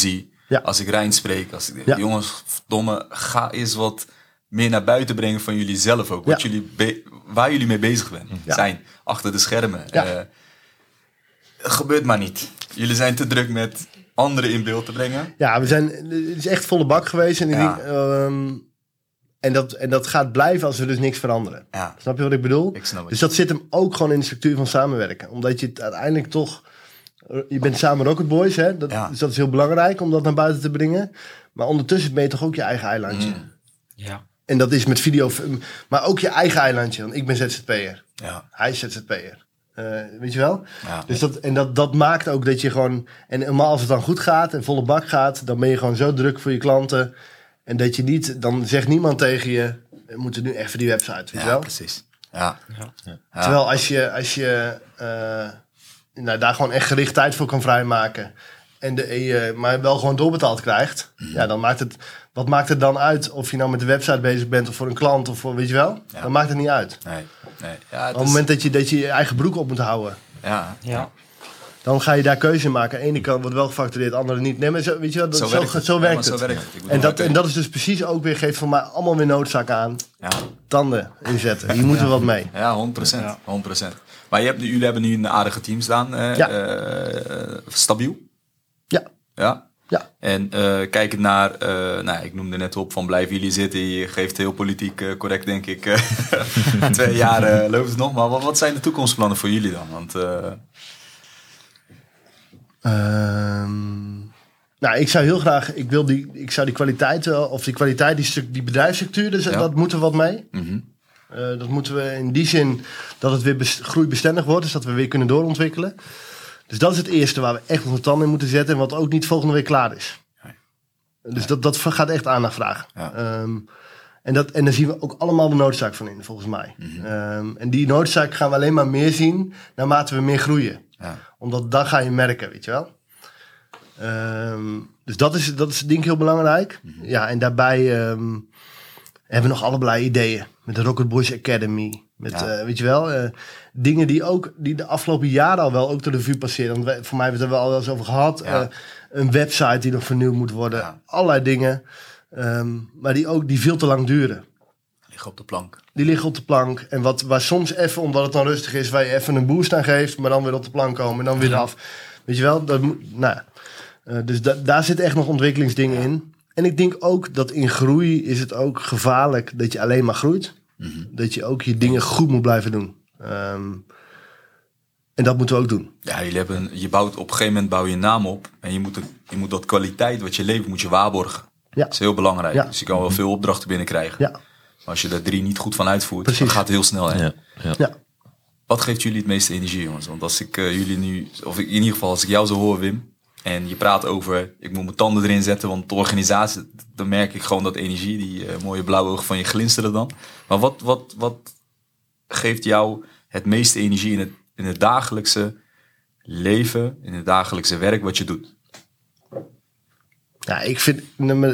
Ja. Als ik Rijn spreek, als ik denk, jongens, verdomme, ga eens wat meer naar buiten brengen van jullie zelf ook. Wat waar jullie mee bezig zijn, achter de schermen. Ja. Gebeurt maar niet. Jullie zijn te druk met anderen in beeld te brengen. Ja, het is echt volle bak geweest. En ik denk, en dat gaat blijven als we dus niks veranderen. Ja. Snap je wat ik bedoel? Ik snap het. Dus dat zit hem ook gewoon in de structuur van samenwerken. Omdat je het uiteindelijk toch... Je bent samen Rocket Boys, hè? Dus dat is heel belangrijk om dat naar buiten te brengen. Maar ondertussen ben je toch ook je eigen eilandje. Ja. En dat is met video... Maar ook je eigen eilandje. Want ik ben ZZP'er. Ja. Hij is ZZP'er. Weet je wel? Ja. Dus dat maakt ook dat je gewoon... En helemaal als het dan goed gaat en volle bak gaat... dan ben je gewoon zo druk voor je klanten... En dat je niet... Dan zegt niemand tegen je... We moeten nu even die website, weet je wel? Precies. Ja. Terwijl als je daar gewoon echt gericht tijd voor kan vrijmaken... maar wel gewoon doorbetaald krijgt... Ja, dan maakt het... Wat maakt het dan uit of je nou met de website bezig bent... of voor een klant of voor... Weet je wel? Ja. Dan maakt het niet uit. Nee. Ja, Op het moment dat je je eigen broek op moet houden... Ja. Dan ga je daar keuze in maken. De ene kant wordt wel gefactureerd, de andere niet. Nee, maar weet je wel, zo werkt het. En dat is dus precies ook weer... geeft voor mij allemaal weer noodzaak aan. Ja. Tanden inzetten. Hier moeten we wat mee. Ja, 100%. Maar jullie hebben nu een aardige team staan. Stabiel? Ja. En kijkend naar... ik noemde net op van blijven jullie zitten. Je geeft heel politiek correct, denk ik. 2 jaar loopt het nog. Maar wat zijn de toekomstplannen voor jullie dan? Want... ik zou heel graag... Ik zou die kwaliteit... Of die kwaliteit, die bedrijfsstructuur... Dus dat moeten we wat mee. Mm-hmm. Dat moeten we in die zin... Dat het weer groeibestendig wordt. Dus dat we weer kunnen doorontwikkelen. Dus dat is het eerste waar we echt onze tanden in moeten zetten. En wat ook niet volgende week klaar is. Dus dat gaat echt aandacht vragen. Ja. En daar zien we ook allemaal de noodzaak van in, volgens mij. Mm-hmm. En die noodzaak gaan we alleen maar meer zien... naarmate we meer groeien. Ja. Omdat dan ga je merken, weet je wel. Dus dat is denk ik heel belangrijk. Mm-hmm. Ja, en daarbij hebben we nog allerlei ideeën. Met de Rocket Boys Academy. Weet je wel, dingen die de afgelopen jaren al wel ook door de vuur passeren. Want voor mij hebben we het er wel eens over gehad. Ja. Een website die nog vernieuwd moet worden. Ja. Allerlei dingen. Maar die veel te lang duren. Liggen op de plank. Die liggen op de plank. En waar soms even, omdat het dan rustig is... waar je even een boost aan geeft... maar dan weer op de plank komen en dan weer af. Weet je wel? Dus daar zit echt nog ontwikkelingsdingen in. En ik denk ook dat in groei is het ook gevaarlijk... dat je alleen maar groeit. Mm-hmm. Dat je ook je dingen goed moet blijven doen. En dat moeten we ook doen. Ja, je bouwt op een gegeven moment bouw je een naam op. En je moet dat kwaliteit wat je levert, moet je waarborgen. Ja. Dat is heel belangrijk. Ja. Dus je kan wel veel opdrachten binnenkrijgen. Ja. Maar als je er 3 niet goed van uitvoert, Precies. dan gaat het heel snel heen. Ja. Wat geeft jullie het meeste energie, jongens? Want als ik jullie nu, of in ieder geval als ik jou zo hoor, Wim... en je praat over, ik moet mijn tanden erin zetten... want de organisatie, dan merk ik gewoon dat energie... die mooie blauwe ogen van je glinsteren dan. Maar wat geeft jou het meeste energie in het dagelijkse leven... in het dagelijkse werk wat je doet? Ja, ik vind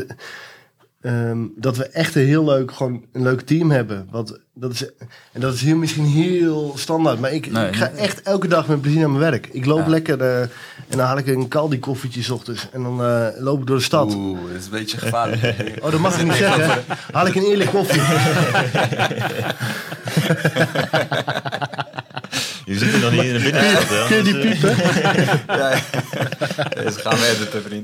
dat we echt een leuk team hebben. Dat is misschien heel standaard. Maar ik ga echt elke dag met plezier naar mijn werk. Ik loop lekker en dan haal ik een Caldi koffietje 's ochtends. En dan loop ik door de stad. Oeh, dat is een beetje gevaarlijk. Oh, dat mag ik niet zeggen. Haal ik een eerlijk koffie. Je zit er nog niet in de binnenstad. Kun je die piepen? Dus gaan we editen, vriend.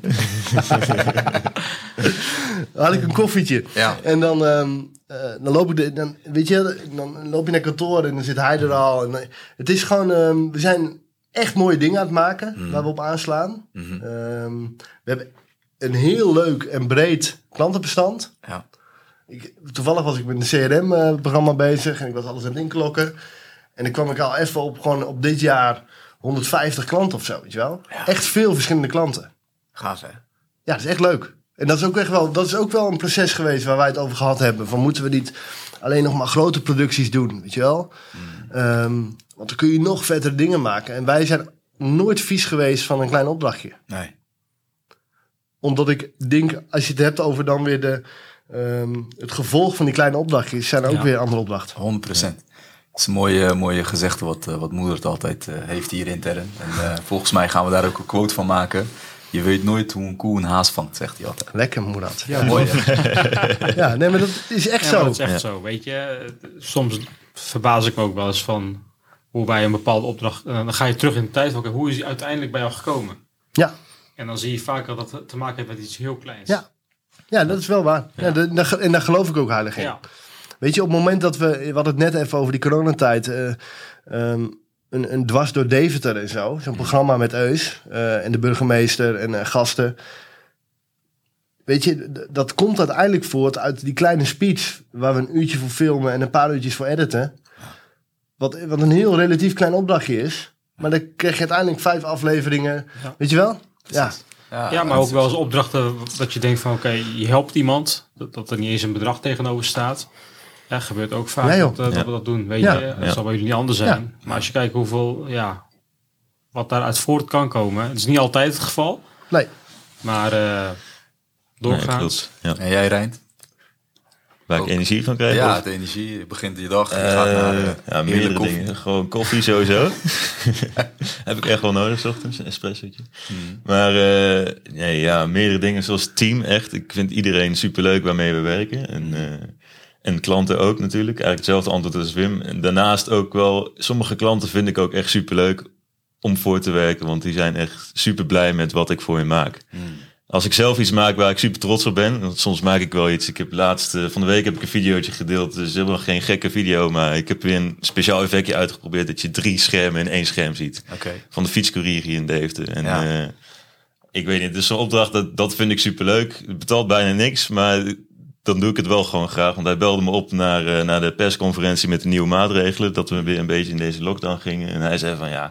Dan haal ik een koffietje. Ja. En dan loop ik dan loop je naar kantoor en dan zit hij er al. En, het is gewoon, we zijn echt mooie dingen aan het maken waar we op aanslaan. Mm-hmm. We hebben een heel leuk en breed klantenbestand. Ja. Toevallig was ik met een CRM-programma bezig en ik was alles aan het inklokken. En dan kwam ik al even op dit jaar 150 klanten of zo, weet je wel. Ja. Echt veel verschillende klanten. Gaaf, hè? Ja, dat is echt leuk. En dat is ook wel een proces geweest waar wij het over gehad hebben. Van moeten we niet alleen nog maar grote producties doen, weet je wel? Want dan kun je nog vettere dingen maken. En wij zijn nooit vies geweest van een klein opdrachtje. Nee. Omdat ik denk, als je het hebt over dan weer het gevolg van die kleine opdrachtjes... zijn er ook weer andere opdrachten. 100%. Het is een mooie gezegde wat moeder het altijd heeft hier intern. En volgens mij gaan we daar ook een quote van maken. Je weet nooit hoe een koe een haas vangt, zegt hij altijd. Lekker, Moerad. Ja, mooi hè? Ja, nee, maar dat is echt Ja, zo. maar dat is echt zo, weet je. Soms verbaas ik me ook wel eens van hoe bij een bepaalde opdracht... dan ga je terug in de tijd van, oké, hoe is die uiteindelijk bij jou gekomen? Ja. En dan zie je vaak dat het te maken heeft met iets heel kleins. Ja, dat is wel waar. Ja. En daar geloof ik ook heilig in. Ja. Weet je, op het moment dat we hadden het net even over die coronatijd... een dwars door Deventer en zo. Zo'n programma met Eus en de burgemeester en gasten. Weet je, dat komt uiteindelijk voort uit die kleine speech... waar we een uurtje voor filmen en een paar uurtjes voor editen. Wat een heel relatief klein opdrachtje is. Maar dan krijg je uiteindelijk 5 afleveringen. Ja. Weet je wel? Ja. Ja, maar ook wel eens opdrachten dat je denkt van oké, je helpt iemand. Dat er niet eens een bedrag tegenover staat. Ja, gebeurt ook vaak Ja, joh. dat we dat doen. Weet Ja. je, dat zal bij jullie niet anders zijn. Maar als je kijkt hoeveel, wat daaruit voort kan komen. Het is niet altijd het geval. Nee. Maar doorgaans. klopt. Ja. En jij, Reint? Waar ik Ook. energie van krijg? Ja, of? de energie. Je begint je dag. Je gaat naar meerdere koffie. dingen. Gewoon koffie sowieso. Heb ik echt wel nodig, 's ochtends. Een espressootje. Maar meerdere dingen zoals team. Echt. Ik vind iedereen superleuk waarmee we werken. En klanten ook natuurlijk. Eigenlijk hetzelfde antwoord als Wim. En daarnaast ook wel... Sommige klanten vind ik ook echt superleuk om voor te werken. Want die zijn echt super blij met wat ik voor hen maak. Als ik zelf iets maak waar ik super trots op ben... Want soms maak ik wel iets. Ik heb van de week heb ik een videootje gedeeld. Dus helemaal geen gekke video. Maar ik heb weer een speciaal effectje uitgeprobeerd... dat je 3 schermen in 1 scherm ziet. Oké. Van de fietscourier hier in Deventer. En Ja. ik weet niet, het is zo'n opdracht, dat vind ik superleuk. Het betaalt bijna niks, maar dan doe ik het wel gewoon graag. Want hij belde me op naar de persconferentie met de nieuwe maatregelen. Dat we weer een beetje in deze lockdown gingen. En hij zei van ja,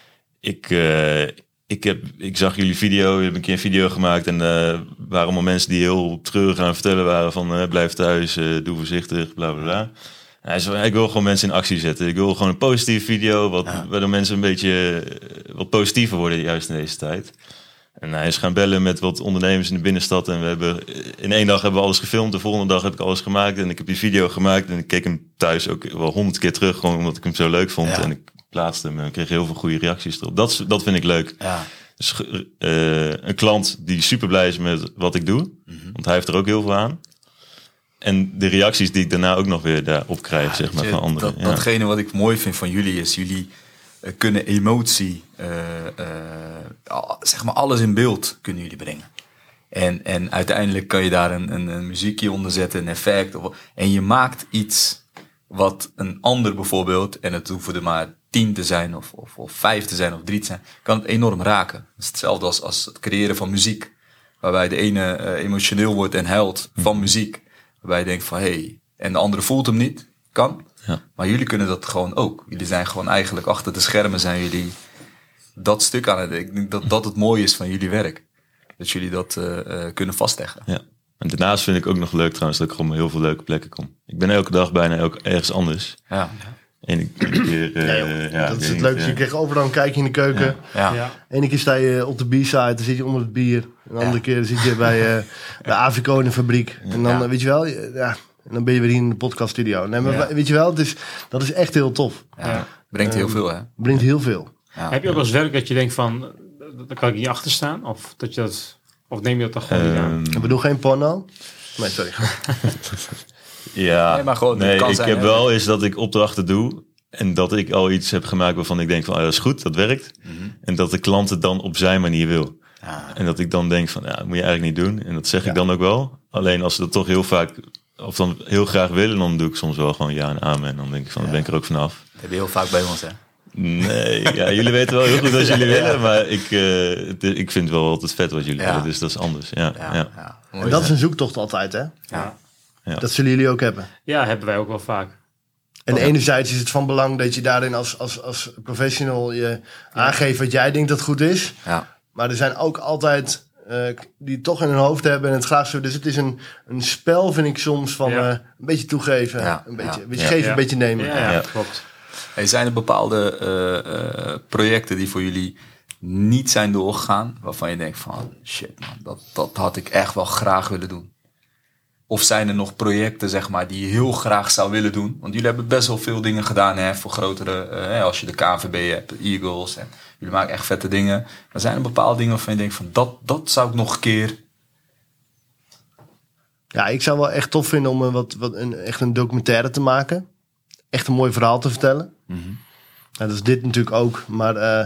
ik zag jullie video. Je hebt een keer een video gemaakt. En waren allemaal mensen die heel treurig aan het vertellen waren van blijf thuis, doe voorzichtig, bla bla bla. Hij zei, ik wil gewoon mensen in actie zetten. Ik wil gewoon een positieve video, waardoor mensen een beetje wat positiever worden juist in deze tijd. En hij is gaan bellen met wat ondernemers in de binnenstad. En we hebben in 1 dag hebben we alles gefilmd. De volgende dag heb ik alles gemaakt. En ik heb die video gemaakt. En ik keek hem thuis ook wel 100 keer terug. Gewoon omdat ik hem zo leuk vond. Ja. En ik plaatste hem en ik kreeg heel veel goede reacties erop. Dat vind ik leuk. Ja. Dus een klant die super blij is met wat ik doe. Want hij heeft er ook heel veel aan. En de reacties die ik daarna ook nog weer daarop krijg, zeg maar, van anderen. Datgene wat ik mooi vind van jullie is... jullie kunnen emotie... zeg maar alles in beeld kunnen jullie brengen. En uiteindelijk kan je daar een muziekje onder zetten, een effect. En je maakt iets wat een ander bijvoorbeeld... en het hoeven er maar 10 te zijn of 5 te zijn of 3 te zijn... kan het enorm raken. Het is hetzelfde als het creëren van muziek. Waarbij de ene emotioneel wordt en huilt van muziek... Waarbij je denkt van, hey, en de andere voelt hem niet. Kan. Ja. Maar jullie kunnen dat gewoon ook. Jullie zijn gewoon eigenlijk achter de schermen zijn jullie dat stuk aan het... Ik denk dat het mooie is van jullie werk. Dat jullie dat kunnen vastleggen. Ja. En daarnaast vind ik ook nog leuk trouwens dat ik gewoon op heel veel leuke plekken kom. Ik ben elke dag bijna ook ergens anders. Ja. Eén keer... Dat is het leukste. Je krijgt overal een kijkje in de keuken. Ja. Ene keer sta je op de B-side, dan zit je onder het bier. En de andere keer zit je bij de Avico in de fabriek. En dan, weet je wel, en dan ben je weer hier in de podcaststudio. Nee, maar weet je wel, dat is echt heel tof. Ja. Brengt heel veel, hè? Brengt heel veel. Ja. Heb je ook als werk dat je denkt van, daar kan ik niet achter staan? Of dat je dat, of neem je dat dan gewoon niet aan? Ik bedoel geen porno. Nee, sorry. Ja, Nee, maar gewoon, het kan ik zijn, heb hè? wel eens dat ik opdrachten doe en dat ik al iets heb gemaakt waarvan ik denk van, dat is goed, dat werkt. En dat de klant het dan op zijn manier wil. Ja. En dat ik dan denk van, dat moet je eigenlijk niet doen. En dat zeg ik dan ook wel. Alleen als ze dat toch heel vaak, of dan heel graag willen, dan doe ik soms wel gewoon ja en amen. En dan denk ik van, dan ben ik er ook vanaf. Dat heb je heel vaak bij ons, hè? Nee, ja, jullie weten wel heel goed wat jullie willen, maar ik vind wel altijd vet wat jullie willen, dus dat is anders. Ja. Mooi, En dat hè? is een zoektocht altijd, hè? Ja. Dat zullen jullie ook hebben. Ja, hebben wij ook wel vaak. En enerzijds is het van belang dat je daarin als professional je aangeeft wat jij denkt dat goed is. Ja. Maar er zijn ook altijd die het toch in hun hoofd hebben en het graag zo. Dus het is een spel, vind ik soms, van een beetje toegeven. Ja. Een beetje, Ja. geven, Ja. een beetje nemen. Ja, klopt. Hey, zijn er bepaalde projecten die voor jullie niet zijn doorgegaan, waarvan je denkt van, shit man, dat had ik echt wel graag willen doen? Of zijn er nog projecten, zeg maar, die je heel graag zou willen doen? Want jullie hebben best wel veel dingen gedaan, hè, voor grotere... als je de KNVB hebt, de Eagles. En jullie maken echt vette dingen. Maar zijn er bepaalde dingen waarvan je denkt van... Dat zou ik nog een keer... Ja, ik zou wel echt tof vinden om echt een documentaire te maken. Echt een mooi verhaal te vertellen. Mm-hmm. Nou, dat is dit natuurlijk ook. Maar...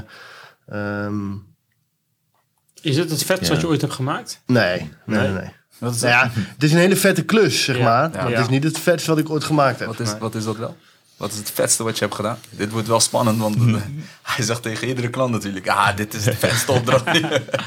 Is het vetst wat je ooit hebt gemaakt? Nee. Wat is Nou ja, het is een hele vette klus, zeg maar. ja. Maar het is niet het vetste wat ik ooit gemaakt heb. Wat is dat wel? Wat is het vetste wat je hebt gedaan? Dit wordt wel spannend, want hij zegt tegen iedere klant natuurlijk... dit is de vetste opdracht.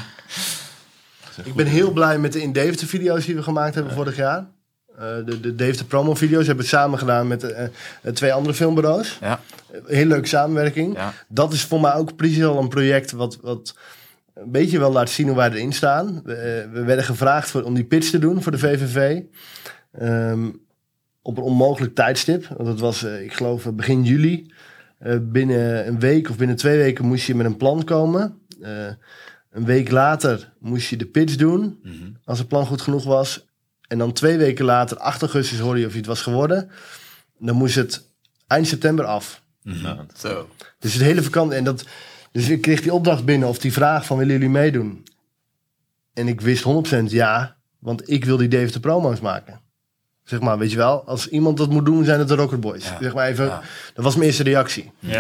Ik ben heel blij met de In Deventer video's die we gemaakt hebben vorig jaar. De Deventer promo video's hebben we samen gedaan met 2 andere filmbureaus. Ja. Heel leuke samenwerking. Ja. Dat is voor mij ook precies al een project wat een beetje wel laat zien hoe wij erin staan. We werden gevraagd om die pitch te doen voor de VVV. Op een onmogelijk tijdstip. Want het was, ik geloof, begin juli. Binnen een week of binnen 2 weken moest je met een plan komen. Een week later moest je de pitch doen. Mm-hmm. Als het plan goed genoeg was. En dan 2 weken later, 8 augustus, hoorde je of je het was geworden. Dan moest het eind september af. Mm-hmm. Zo. Dus het hele vakantie. Dus ik kreeg die opdracht binnen of die vraag van willen jullie meedoen? En ik wist 100% ja, want ik wil die Deventer promo's maken. Zeg maar, weet je wel, als iemand dat moet doen, zijn het de Rocker Boys. Ja. Zeg maar even, Ja. dat was mijn eerste reactie. Ja.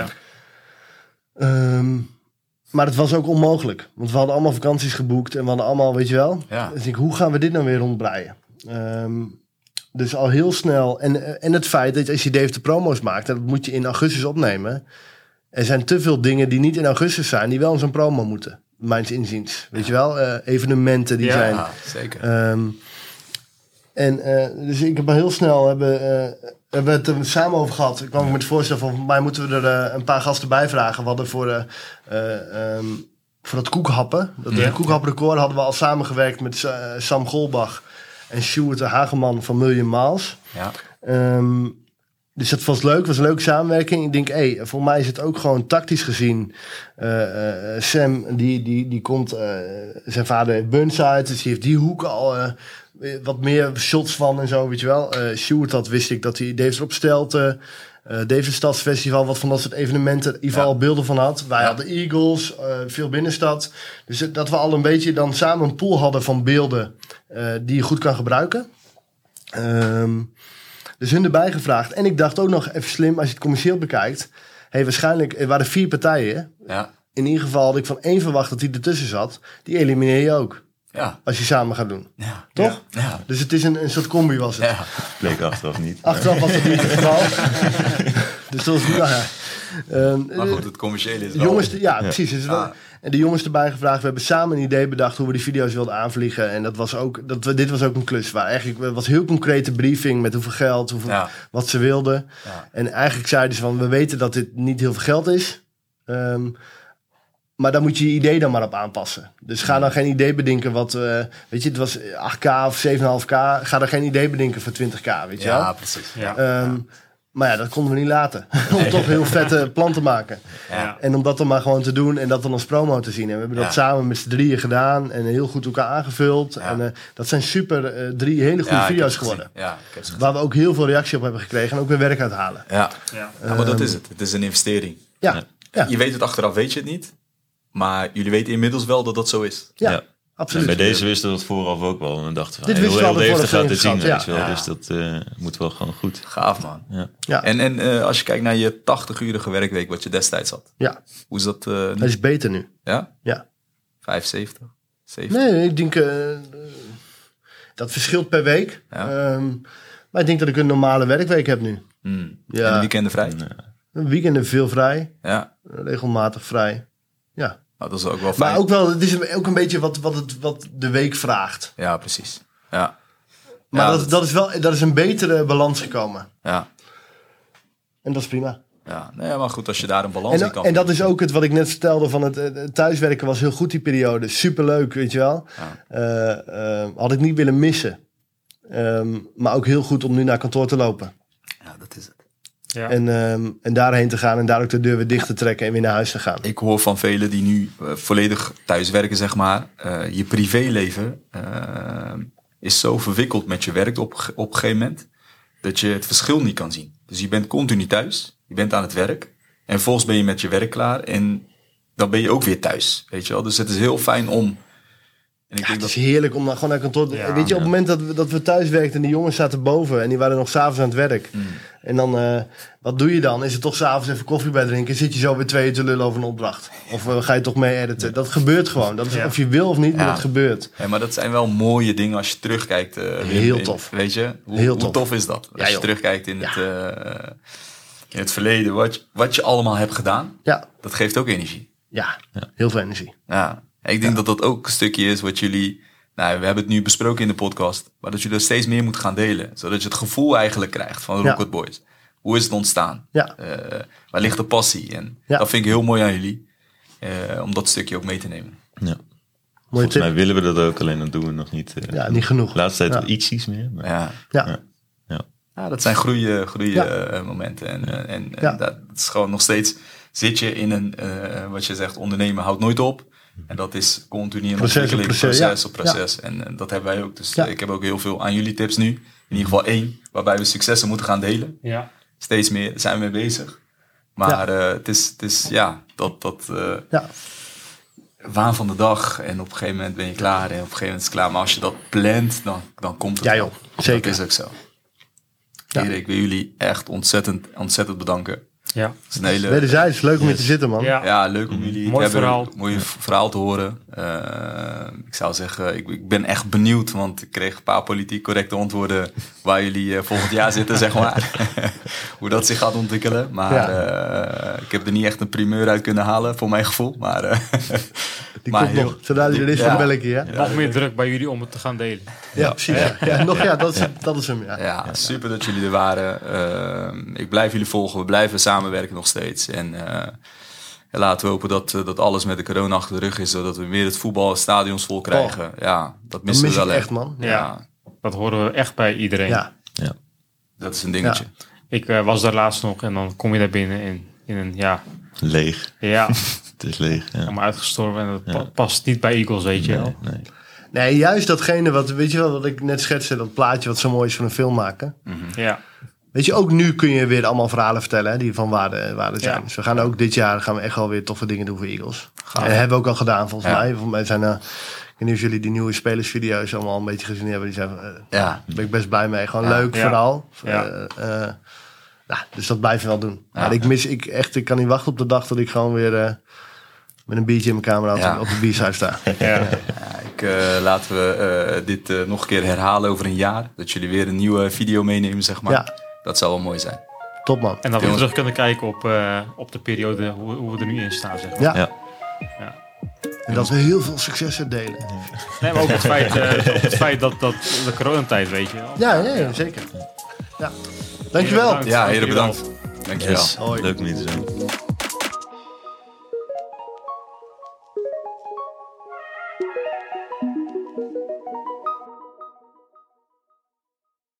Maar het was ook onmogelijk. Want we hadden allemaal vakanties geboekt en we hadden allemaal, weet je wel. Ja. Dus ik, hoe gaan we dit nou weer rondbreien? Dus al heel snel. En het feit dat als je Deventer promo's maakt, dat moet je in augustus opnemen. Er zijn te veel dingen die niet in augustus zijn, die wel in zo'n promo moeten. Mijns inziens. Weet je wel? Evenementen die zijn. Ja, zeker. Dus ik heb al heel snel hebben we het er samen over gehad. Ik kwam met het voorstel van mij moeten we er een paar gasten bij vragen. We hadden voor dat koekhappen. Dat koekhappenrecord hadden we al samengewerkt met Sam Golbach en Sjoerd de Hageman van Million Miles. Ja. Dus dat was leuk, was een leuke samenwerking. Ik denk, voor mij is het ook gewoon tactisch gezien. Sam, die komt, zijn vader heeft Burnside, dus die heeft die hoek al wat meer shots van en zo, weet je wel. Sjoerd wist ik dat hij Deventer opstelde. Deventer Stadsfestival, wat van dat soort evenementen in ieder geval al beelden van had. Wij hadden Eagles, veel binnenstad. Dus dat we al een beetje dan samen een pool hadden van beelden die je goed kan gebruiken. Dus hun erbij gevraagd. En ik dacht ook nog even slim, als je het commercieel bekijkt. Waarschijnlijk, er waren 4 partijen. Ja. In ieder geval had ik van 1 verwacht dat die ertussen zat. Die elimineer je ook. Ja. Als je samen gaat doen. Ja. Toch? Ja. Dus het is een soort combi was het. Ja. Bleek achteraf niet. Achteraf was dat niet het geval. Dus dat was... Nou ja. Maar goed, het commerciële is De wel... jongens, precies. Dus en de jongens erbij gevraagd. We hebben samen een idee bedacht hoe we die video's wilden aanvliegen. En dit was ook een klus. Waar eigenlijk was heel concrete briefing met hoeveel geld, wat ze wilden. Ja. En eigenlijk zeiden ze van, we weten dat dit niet heel veel geld is. Maar dan moet je je idee dan maar op aanpassen. Dus ga dan geen idee bedenken wat... weet je, het was 8k of 7,5k. Ga dan geen idee bedenken voor 20k, weet je wel? Ja, precies. Ja. Maar ja, dat konden we niet laten. Om toch heel vette plan te maken. Ja. En om dat dan maar gewoon te doen en dat dan als promo te zien. En we hebben dat samen met z'n 3 gedaan en heel goed elkaar aangevuld. Ja. En dat zijn 3 hele goede video's geworden. Ja, ik heb ze gezien. Waar we ook heel veel reactie op hebben gekregen en ook weer werk uithalen. Ja. Ja. Maar dat is het. Het is een investering. Ja, Je weet het achteraf, weet je het niet. Maar jullie weten inmiddels wel dat dat zo is. ja. Absoluut. En bij deze wisten we dat vooraf ook wel. En dan dachten we, Dit wisten we al heel de Deventer vorige gaat dit zien. film Weet je wel. Ja. Dus dat moet wel gewoon goed. Gaaf, man. Ja. En als je kijkt naar je 80-urige werkweek, wat je destijds had. Ja, Hoe is dat nu? het is beter nu. Ja? Ja. 75? 70? Nee, ik denk... dat verschilt per week. Ja. Maar ik denk dat ik een normale werkweek heb nu. Ja. En de weekenden vrij? Een weekenden veel vrij. Ja. Regelmatig vrij. Ja. Nou, dat is ook wel fijn. Maar ook wel, het is ook een beetje wat de week vraagt. Ja, precies. Ja. Maar Ja, dat is een betere balans gekomen. Ja. En dat is prima. Ja. Nee, maar goed, als je daar een balans in kan En dat is ook het wat ik net vertelde van het thuiswerken was heel goed die periode. Superleuk, weet je wel. Had ik niet willen missen. Maar ook heel goed om nu naar kantoor te lopen. Ja, dat is het. Ja. En daarheen te gaan en daar ook de deur weer dicht te trekken en weer naar huis te gaan. Ik hoor van velen die nu volledig thuis werken, zeg maar. Je privéleven is zo verwikkeld met je werk op een gegeven moment, dat je het verschil niet kan zien. Dus je bent continu thuis, je bent aan het werk, en vervolgens ben je met je werk klaar, en dan ben je ook weer thuis, weet je wel. Dus het is heel fijn om... En ik denk het is heerlijk om dan gewoon naar kantoor... Weet je, op het moment dat we thuis werkten en die jongens zaten boven en die waren nog 's avonds aan het werk. En dan, wat doe je dan? Is het toch 's avonds even koffie bij drinken? Zit je zo weer 2 uur te lullen over een opdracht? Of ga je toch mee editen? Dat gebeurt gewoon. Dat is, of je wil of niet, maar dat gebeurt. Ja, maar dat zijn wel mooie dingen als je terugkijkt. Heel tof. Weet je? Heel hoe tof is dat? Als je terugkijkt in het verleden, wat je allemaal hebt gedaan, dat geeft ook energie. Ja, heel veel energie. Ja. Ik denk dat dat ook een stukje is wat jullie... Nou, we hebben het nu besproken in de podcast. Maar dat jullie er steeds meer moeten gaan delen. Zodat je het gevoel eigenlijk krijgt van Rocket Boys. Hoe is het ontstaan? Ja. Waar ligt de passie? En dat vind ik heel mooi aan jullie. Om dat stukje ook mee te nemen. Ja. Volgens mij willen we dat ook, alleen dat doen we nog niet. Niet genoeg. De laatste tijd wel ietsjes meer. Maar... Ja, dat zijn groeimomenten. En dat is gewoon nog steeds... Zit je in een, wat je zegt, ondernemen houdt nooit op. En dat is continu een ontwikkeling, proces op proces. Ja. En dat hebben wij ook. Dus ik heb ook heel veel aan jullie tips nu. In ieder geval 1, waarbij we successen moeten gaan delen. Ja. Steeds meer zijn we mee bezig. Maar het is waan van de dag. En op een gegeven moment ben je klaar. En op een gegeven moment is het klaar. Maar als je dat plant, dan komt het. Ja joh, zeker. Dat is ook zo. Heren, ik wil jullie echt ontzettend bedanken. Ja. Wederzijds, leuk om je te zitten, man. Ja, leuk om jullie mooi verhaal te horen. Ik zou zeggen, ik ben echt benieuwd, want ik kreeg een paar politiek correcte antwoorden waar jullie volgend jaar zitten, zeg maar. Hoe dat zich gaat ontwikkelen. Maar ik heb er niet echt een primeur uit kunnen halen, voor mijn gevoel. Maar, die komt nog. Zodra die er is, dan bel ik je. Nog meer druk bij jullie om het te gaan delen. Ja, precies. Dat is hem. Ja, super dat jullie er waren. Ik blijf jullie volgen. We blijven samenwerken nog steeds. En laten we hopen dat alles met de corona achter de rug is. Zodat we weer het voetbalstadions vol krijgen. Ja, dat missen we wel echt, man. Ja, dat horen we echt bij iedereen. Ja. Dat is een dingetje. Ja. Ik was daar laatst nog en dan kom je daar binnen in een leeg. Ja. Het is leeg. Ja. Helemaal uitgestorven en dat past niet bij Eagles, weet je wel. Nee, juist datgene wat ik net schetste, dat plaatje wat zo mooi is van een film maken. Mm-hmm. Ja. Weet je, ook nu kun je weer allemaal verhalen vertellen, hè, die van waarde zijn. Ja. Dus we gaan ook dit jaar echt wel weer toffe dingen doen voor Eagles. En dat hebben we ook al gedaan, volgens mij. Volgens mij zijn ik weet niet of jullie die nieuwe spelersvideo's allemaal een beetje gezien hebben. Die zijn, daar ben ik best blij mee. Gewoon leuk verhaal. Ja. Dus dat blijf je wel doen. Maar ik kan niet wachten op de dag dat ik gewoon weer met een biertje in mijn camera op de biershuis sta. Laten we dit nog een keer herhalen over een jaar. Dat jullie weer een nieuwe video meenemen, zeg maar. Ja. Dat zou wel mooi zijn. Top, man. En dat we terug kunnen kijken op de periode hoe we er nu in staan, zeg maar. Ja. En dat we heel veel successen delen. Nee, maar ook het feit dat de coronatijd, weet je wel. Ja, zeker. Ja. Dankjewel. Heren, bedankt. Dankjewel. Yes. Leuk om hier te zijn.